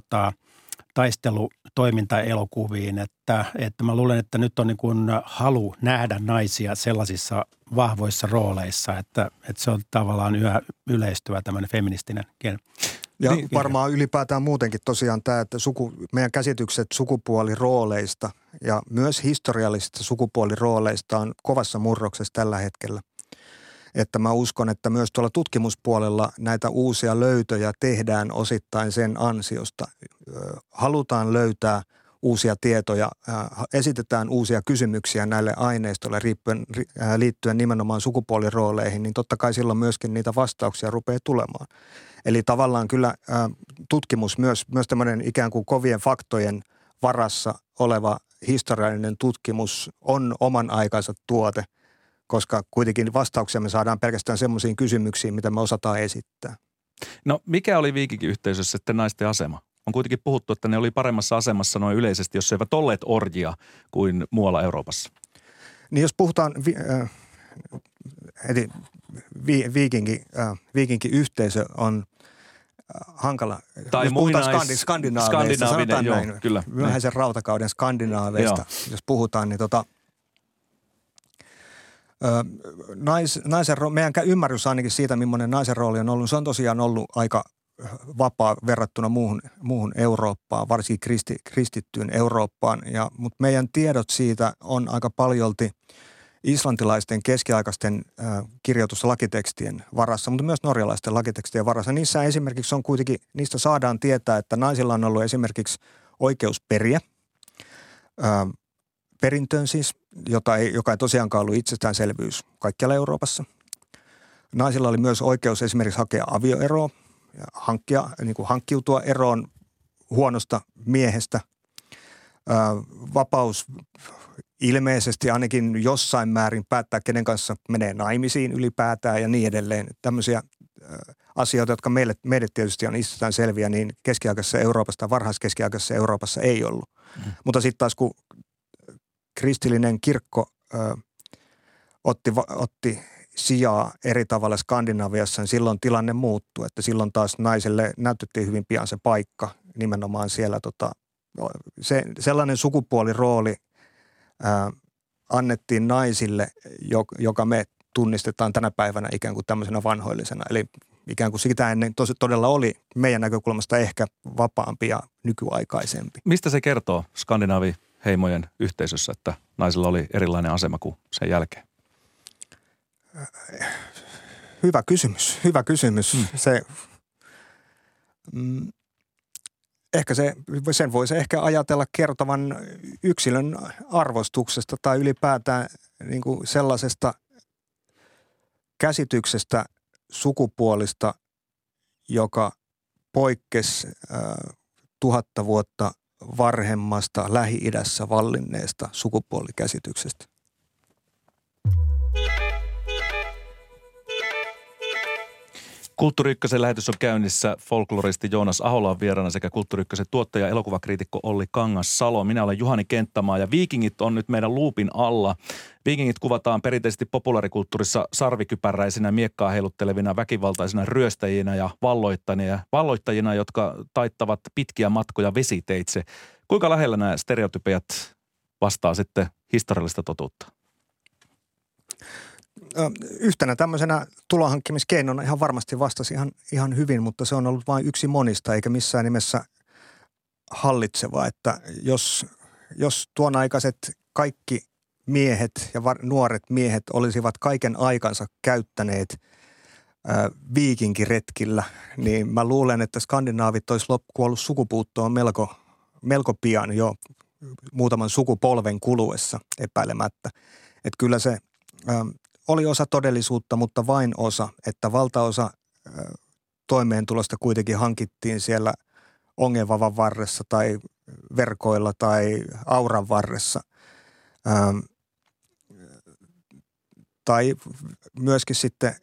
taistelutoimintaelokuviin, että mä luulen, että nyt on niin kuin halu nähdä naisia sellaisissa vahvoissa rooleissa, että se on tavallaan yhä yleistyvä tämmöinen feministinen kieli. Ja varmaan ylipäätään muutenkin tosiaan tämä, että meidän käsitykset sukupuolirooleista ja myös historiallisista sukupuolirooleista on kovassa murroksessa tällä hetkellä. Että mä uskon, että myös tuolla tutkimuspuolella näitä uusia löytöjä tehdään osittain sen ansiosta. Halutaan löytää uusia tietoja, esitetään uusia kysymyksiä näille aineistoille liittyen nimenomaan sukupuolirooleihin, niin totta kai silloin myöskin niitä vastauksia rupeaa tulemaan. Eli tavallaan kyllä tutkimus, myös tämmöinen ikään kuin kovien faktojen varassa oleva historiallinen tutkimus on oman aikansa tuote, koska kuitenkin vastauksia me saadaan pelkästään semmoisiin kysymyksiin, mitä me osataan esittää. No mikä oli viikinkiyhteisössä sitten naisten asema? On kuitenkin puhuttu, että ne oli paremmassa asemassa noin yleisesti, jos eivät olleet orjia kuin muualla Euroopassa. Niin jos puhutaan viikinkiyhteisö on hankala. Tai jos puhutaan skandinaaveista, sanotaan joo, näin, kyllä. myöhäisen rautakauden skandinaaveista, jos puhutaan, niin meidän ymmärrys ainakin siitä, millainen naisen rooli on ollut, se on tosiaan ollut aika vapaa verrattuna muuhun Eurooppaan, varsinkin kristittyyn Eurooppaan. Mutta meidän tiedot siitä on aika paljolti islantilaisten keskiaikaisten kirjoitus- ja lakitekstien varassa, mutta myös norjalaisten lakitekstien varassa. Niissä esimerkiksi on kuitenkin, niistä saadaan tietää, että naisilla on ollut esimerkiksi oikeus periä perintöön siis, joka ei tosiaankaan ollut itsestäänselvyys kaikkialla Euroopassa. Naisilla oli myös oikeus esimerkiksi hakea avioeroa ja hankkiutua eroon huonosta miehestä. Vapaus ilmeisesti ainakin jossain määrin päättää, kenen kanssa menee naimisiin ylipäätään ja niin edelleen. Tämmöisiä asioita, jotka meille tietysti on itsestään selviä, niin keskiaikaisessa Euroopassa tai varhaiskeskiaikaisessa Euroopassa ei ollut. Mutta sitten taas kun kristillinen kirkko otti sijaa eri tavalla Skandinaviassa, niin silloin tilanne muuttui. Että silloin taas naiselle näytettiin hyvin pian se paikka nimenomaan siellä. Sellainen sukupuolirooli annettiin naisille, joka me tunnistetaan tänä päivänä ikään kuin tämmöisenä vanhoillisena. Eli ikään kuin sitä ennen todella oli meidän näkökulmasta ehkä vapaampi ja nykyaikaisempi. Mistä se kertoo skandinaaviheimojen yhteisössä, että naisilla oli erilainen asema kuin sen jälkeen? Hyvä kysymys. Ehkä sen voisi ehkä ajatella kertovan yksilön arvostuksesta tai ylipäätään niin kuin sellaisesta käsityksestä sukupuolista, joka poikkesi 1000 vuotta varhemmasta Lähi-idässä vallinneesta sukupuolikäsityksestä. Kulttuuri Ykkösen lähetys on käynnissä. Folkloristi Joonas Ahola on vieraana sekä Kulttuuri Ykkösen tuottaja ja elokuvakriitikko Olli Kangassalo. Minä olen Juhani Kenttämaa ja viikingit on nyt meidän luupin alla. Viikingit kuvataan perinteisesti populaarikulttuurissa sarvikypäräisinä, miekkaa heiluttelevina, väkivaltaisina ryöstäjinä ja valloittajina, jotka taittavat pitkiä matkoja vesiteitse. Kuinka lähellä nämä stereotypiat vastaa sitten historiallista totuutta? Yhtenä tämmöisenä tulonhankkimiskeinona ihan varmasti vastasi ihan hyvin, mutta se on ollut vain yksi monista eikä missään nimessä hallitseva, että jos tuon aikaiset kaikki miehet ja nuoret miehet olisivat kaiken aikansa käyttäneet viikinkiretkillä, niin mä luulen, että skandinaavit olisi kuollut sukupuuttoon melko pian jo muutaman sukupolven kuluessa epäilemättä. Että kyllä se oli osa todellisuutta, mutta vain osa, että valtaosa toimeentulosta kuitenkin hankittiin siellä ongenvavan varressa tai verkoilla tai auran varressa. Tai myöskin sitten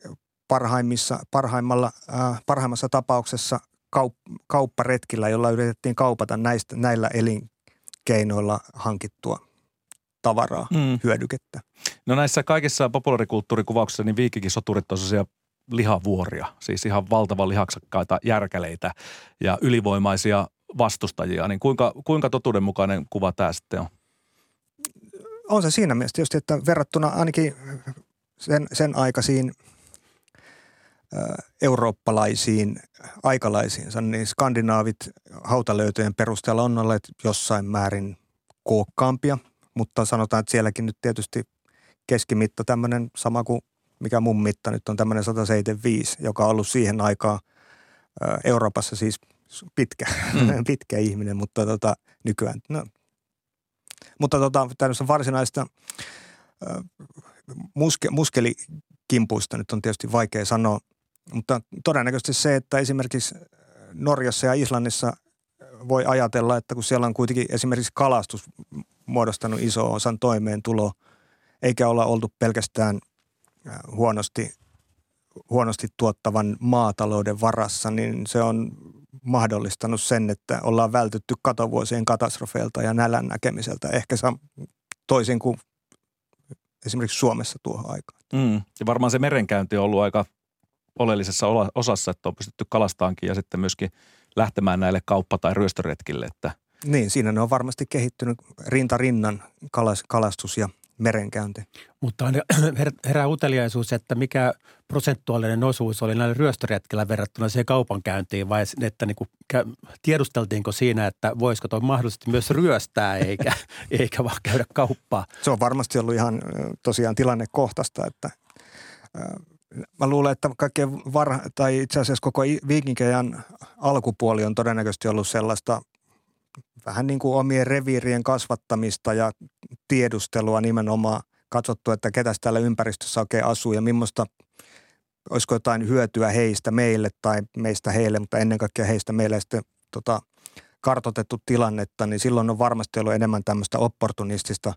parhaimmassa tapauksessa kaupparetkillä, jolla yritettiin kaupata näillä elinkeinoilla hankittua tavaraa, hyödykettä. No näissä kaikissa populaarikulttuurikuvauksissa niin viikinkisoturit on sellaisia lihavuoria, siis ihan valtavan lihaksakkaita järkäleitä ja ylivoimaisia vastustajia. Niin kuinka totuudenmukainen kuva tämä sitten on? On se siinä mielessä tietysti, että verrattuna ainakin sen aikaisiin eurooppalaisiin aikalaisiinsa, niin skandinaavit hautalöytöjen perusteella on olleet jossain määrin kookkaampia, mutta sanotaan, että sielläkin nyt tietysti keskimitta tämmöinen sama kuin mikä mun mitta nyt on tämmöinen 175, joka on ollut siihen aikaan Euroopassa siis pitkä ihminen, mutta nykyään. No. Mutta tämmöistä varsinaista muskelikimpuista nyt on tietysti vaikea sanoa, mutta todennäköisesti se, että esimerkiksi Norjassa ja Islannissa voi ajatella, että kun siellä on kuitenkin esimerkiksi kalastus muodostanut iso osan toimeentuloa, eikä olla oltu pelkästään huonosti tuottavan maatalouden varassa, niin se on mahdollistanut sen, että ollaan vältytty katovuosien katastrofeilta ja nälän näkemiseltä, ehkä toisin kuin esimerkiksi Suomessa tuohon aikaan. Ja varmaan se merenkäynti on ollut aika oleellisessa osassa, että on pystytty kalastaankin ja sitten myöskin lähtemään näille kauppa- tai ryöstöretkille. Että niin, siinä ne on varmasti kehittynyt rinta rinnan kalastus ja merenkäynti. Mutta herää uteliaisuus, että mikä prosentuaalinen osuus oli näillä ryöstöretkillä verrattuna siihen kaupankäyntiin vai että niin kuin, tiedusteltiinko siinä, että voisiko toi mahdollisesti myös ryöstää eikä vaan käydä kauppaa? Se on varmasti ollut ihan tosiaan tilannekohtaista, että mä luulen, että tai itse asiassa koko viikinkiajan alkupuoli on todennäköisesti ollut sellaista vähän niin kuin omien reviirien kasvattamista ja tiedustelua nimenomaan, katsottu, että ketäs täällä ympäristössä oikein asuu ja millaista, olisiko jotain hyötyä heistä meille tai meistä heille, mutta ennen kaikkea heistä meille sitten kartoitettu tilannetta, niin silloin on varmasti ollut enemmän tämmöistä opportunistista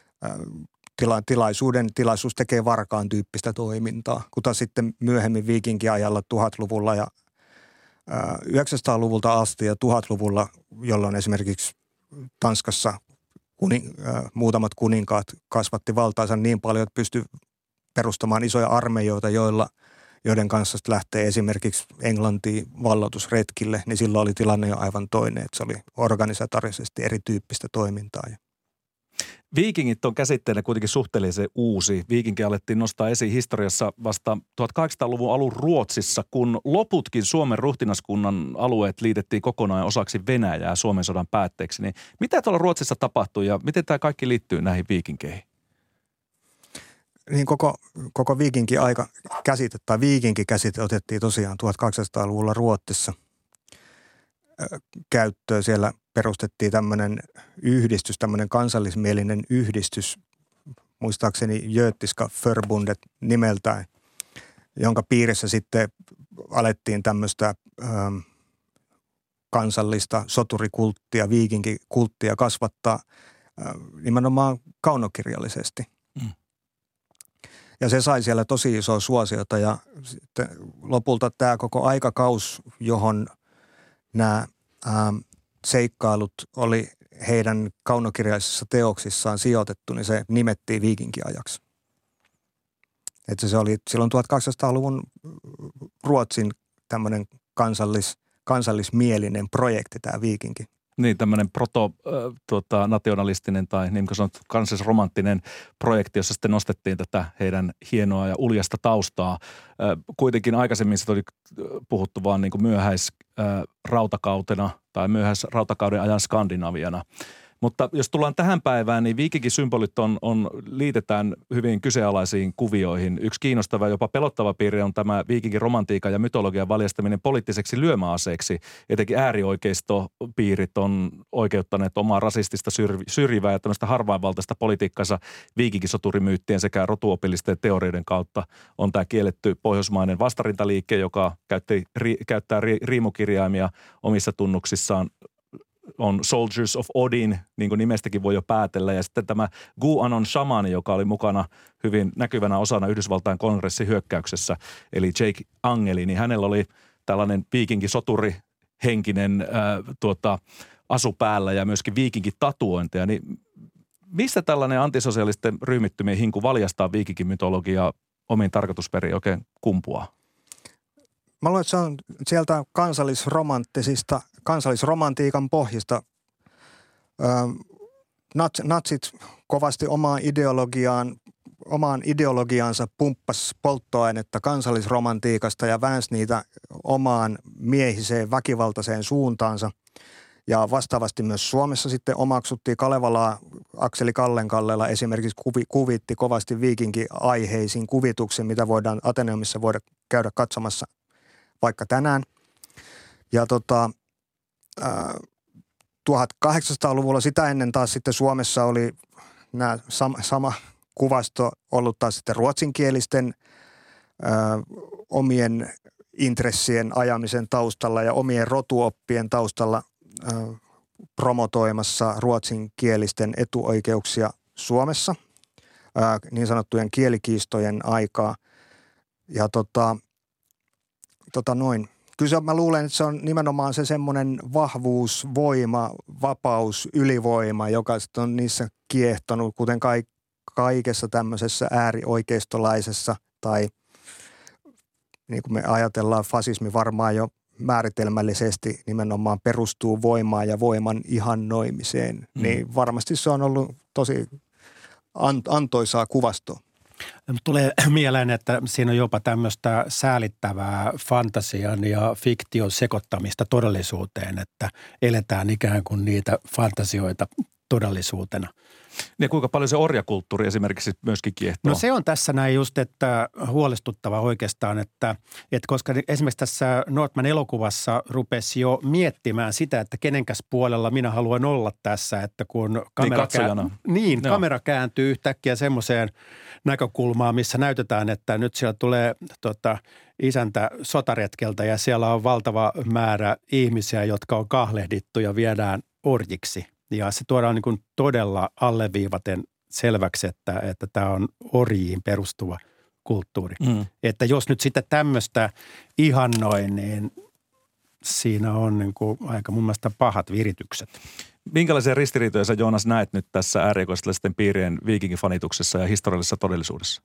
tilaisuus tekee varkaan tyyppistä toimintaa, kuten sitten myöhemmin viikinkiajalla 1000-luvulla ja 900-luvulta asti ja 1000-luvulla, jolloin esimerkiksi Tanskassa muutamat kuninkaat kasvatti valtaansa niin paljon, että pystyi perustamaan isoja armeijoita, joiden kanssa lähtee esimerkiksi Englantiin valloitusretkille, niin silloin oli tilanne jo aivan toinen, että se oli organisatorisesti erityyppistä toimintaa. Viikingit on käsitteenä kuitenkin suhteellisen uusi. Viikinki alettiin nostaa esiin historiassa vasta 1800-luvun alun Ruotsissa, kun loputkin Suomen ruhtinaskunnan alueet liitettiin kokonaan osaksi Venäjää Suomen sodan päätteeksi. Niin mitä tuolla Ruotsissa tapahtui ja miten tämä kaikki liittyy näihin viikinkeihin? Niin koko viikinki-aika käsite tai viikinkikäsite otettiin tosiaan 1800-luvulla Ruotsissa käyttöön. Siellä perustettiin tämmöinen yhdistys, tämmöinen kansallismielinen yhdistys, muistaakseni Götiska Förbundet nimeltään, jonka piirissä sitten alettiin tämmöistä kansallista soturikulttia, viikinkikulttia kasvattaa nimenomaan kaunokirjallisesti. Ja se sai siellä tosi isoa suosiota ja sitten lopulta tämä koko aikakaus, johon nämä seikkailut oli heidän kaunokirjallisissa teoksissaan sijoitettu, niin se nimettiin viikinkiajaksi. Että se oli silloin 1800-luvun Ruotsin tämmöinen kansallismielinen projekti, tämä viikinki. Niin, tämmöinen nationalistinen tai niin kuin sanot, kansallisromanttinen projekti, jossa sitten nostettiin tätä heidän hienoa ja uljasta taustaa. Kuitenkin aikaisemmin se oli puhuttu vaan niin kuin myöhäisrautakautena tai myöhäisrautakauden ajan Skandinaviana. Mutta jos tullaan tähän päivään, niin viikinkisymbolit liitetään hyvin kyseenalaisiin kuvioihin. Yksi kiinnostava, jopa pelottava piirre on tämä viikinkiromantiikan ja mytologian valjastaminen poliittiseksi lyömäaseeksi. Etenkin äärioikeistopiirit on oikeuttaneet omaa rasistista syrjivää ja tämmöistä harvainvaltaista politiikkansa viikinkisoturimyyttien sekä rotuopillisten teorioiden kautta. On tämä kielletty pohjoismainen vastarintaliike, joka käyttää riimukirjaimia omissa tunnuksissaan. On Soldiers of Odin, niin kuin nimestäkin voi jo päätellä. Ja sitten tämä Guanon shamani, joka oli mukana hyvin näkyvänä osana Yhdysvaltain kongressin hyökkäyksessä, eli Jake Angeli, niin hänellä oli tällainen viikinkisoturi henkinen asu päällä ja myöskin viikinkitatuointeja. Niin mistä tällainen antisosiaalisten ryhmittymien hinku valjastaa viikinkimytologiaa omiin tarkoitusperiin oikein kumpuaa? Mä luulen, että se on sieltä kansallisromantiikan pohjista. Natsit kovasti omaan ideologiaansa pumppas polttoainetta kansallisromantiikasta ja väänsi niitä omaan miehiseen väkivaltaiseen suuntaansa. Ja vastaavasti myös Suomessa sitten omaksuttiin Kalevalaa Akseli Kallenkallela esimerkiksi kuvitti kovasti viikinki-aiheisiin kuvituksen, mitä voidaan Ateneumissa käydä katsomassa vaikka tänään. Ja 1800-luvulla sitä ennen taas sitten Suomessa oli nämä sama kuvasto ollut taas sitten ruotsinkielisten omien intressien ajamisen taustalla ja omien rotuoppien taustalla promotoimassa ruotsinkielisten etuoikeuksia Suomessa niin sanottujen kielikiistojen aikaa. Ja kyllä mä luulen, että se on nimenomaan se semmoinen vahvuus, voima, vapaus, ylivoima, joka sitten on niissä kiehtonut, kuten kaikessa tämmöisessä äärioikeistolaisessa tai niin kuin me ajatellaan, fasismi varmaan jo määritelmällisesti nimenomaan perustuu voimaan ja voiman ihannoimiseen. Niin varmasti se on ollut tosi antoisaa kuvastoa. Tulee mieleen, että siinä on jopa tämmöistä säälittävää fantasian ja fiktion sekoittamista todellisuuteen, että eletään ikään kuin niitä fantasioita todellisuutena. Ja kuinka paljon se orjakulttuuri esimerkiksi myöskin kiehtoo? No se on tässä näin just, että huolestuttava oikeastaan, että koska esimerkiksi tässä Northman elokuvassa rupesi jo miettimään sitä, että kenenkäs puolella minä haluan olla tässä, että kun kamera kääntyy yhtäkkiä semmoiseen näkökulmaan, missä näytetään, että nyt siellä tulee isäntä sotaretkeltä ja siellä on valtava määrä ihmisiä, jotka on kahlehdittu ja viedään orjiksi. Ja se tuodaan niin kuin todella alleviivaten selväksi, että tämä on orjiin perustuva kulttuuri. Että jos nyt sitten tämmöistä ihannoi, niin siinä on niin kuin aika mun mielestä pahat viritykset. Minkälaisia ristiriitoja sä, Joonas, näet nyt tässä äärioikeistolaisten piirien viikinkifanituksessa ja historiallisessa todellisuudessa?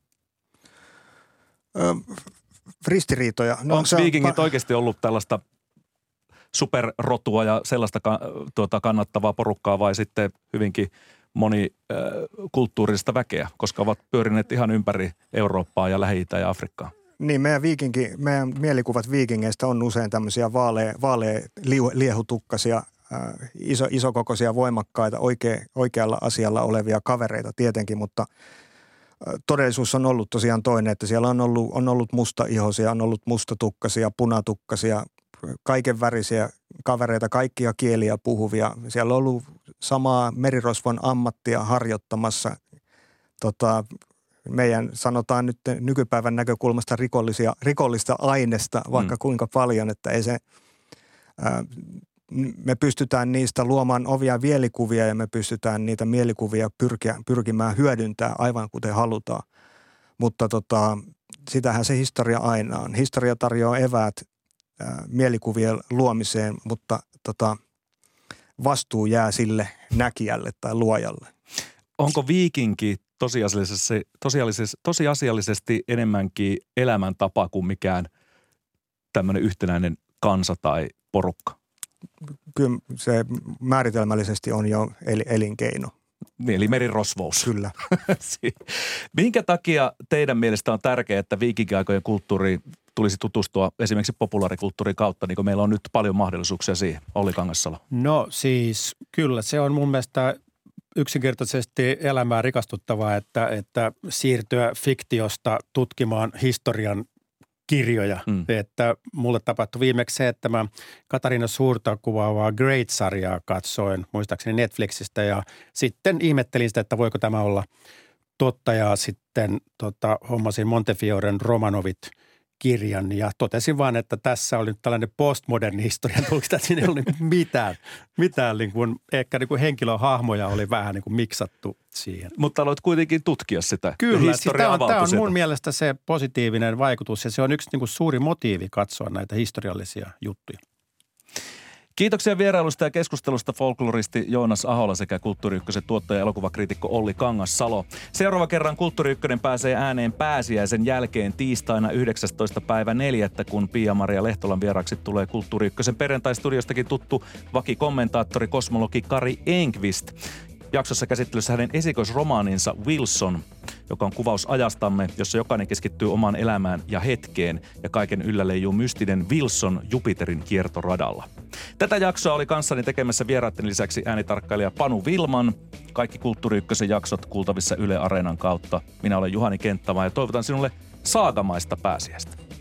Ristiriitoja? No, onko viikingit oikeasti ollut tällaista superrotua ja sellaista kannattavaa porukkaa vai sitten hyvinkin monikulttuurista väkeä, koska ovat pyörineet ihan ympäri Eurooppaa ja Lähi-Itää ja Afrikkaa. Niin, meidän mielikuvat viikingeistä on usein tämmöisiä liehutukkaisia, isokokoisia, voimakkaita, oikealla asialla olevia kavereita tietenkin, mutta todellisuus on ollut tosiaan toinen, että siellä on ollut mustaihoisia, on ollut mustatukkaisia, punatukkasia, kaiken värisiä kavereita, kaikkia kieliä puhuvia. Siellä on ollut samaa merirosvon ammattia harjoittamassa meidän, sanotaan nyt nykypäivän näkökulmasta rikollista ainesta vaikka kuinka paljon, että ei se, me pystytään niistä luomaan ovia mielikuvia ja me pystytään niitä mielikuvia pyrkimään hyödyntää aivan kuten halutaan. Mutta sitähän se historia aina on. Historia tarjoaa eväät mielikuvien luomiseen, mutta vastuu jää sille näkijälle tai luojalle. Onko viikinki tosiasiallisesti enemmänkin elämäntapa kuin mikään tämmöinen yhtenäinen kansa tai porukka? Kyllä se määritelmällisesti on jo elinkeino. Eli merirosvous. Kyllä. Minkä takia teidän mielestä on tärkeää, että viikinkiaikojen kulttuuriin tulisi tutustua esimerkiksi populaarikulttuurin kautta, niin kuin meillä on nyt paljon mahdollisuuksia siihen? Olli Kangassalo. No siis kyllä se on mun mielestä yksinkertaisesti elämää rikastuttavaa, että siirtyä fiktiosta tutkimaan historian kirjoja. Että mulle tapahtui viimeksi se, että mä Katariina Suurta kuvaavaa Great-sarjaa katsoin, muistaakseni Netflixistä, ja sitten ihmettelin sitä, että voiko tämä olla totta, ja sitten hommasin Montefioren Romanovit kirjan ja totesin vaan, että tässä oli nyt tällainen postmoderni historian tulkista, että siinä ei ollut mitään niin kuin, ehkä niin kuin henkilöhahmoja oli vähän niin kuin miksattu siihen. Mutta aloit kuitenkin tutkia sitä. Kyllä, siis tämä on mun mielestä se positiivinen vaikutus ja se on yksi niin kuin suuri motiivi katsoa näitä historiallisia juttuja. Kiitoksia vierailusta ja keskustelusta folkloristi Joonas Ahola sekä Kulttuuri Ykkösen tuottaja ja elokuvakriitikko Olli Kangassalo. Seuraava kerran Kulttuuri Ykkönen pääsee ääneen pääsiäisen jälkeen tiistaina 19.4., kun Pia-Maria Lehtolan vieraksi tulee Kulttuuri Ykkösen perjantai-studiostakin tuttu vakikommentaattori, kosmologi Kari Enqvist. Jaksossa käsittelyssä hänen esikoisromaaninsa Wilson, joka on kuvaus ajastamme, jossa jokainen keskittyy omaan elämään ja hetkeen ja kaiken yllä leijuu mystinen Wilson Jupiterin kiertoradalla. Tätä jaksoa oli kanssani tekemässä vieraiden lisäksi äänitarkkailija Panu Vilman. Kaikki Kulttuuri Ykkösen jaksot kuultavissa Yle Areenan kautta. Minä olen Juhani Kenttämaa ja toivotan sinulle saagamaista pääsiäistä.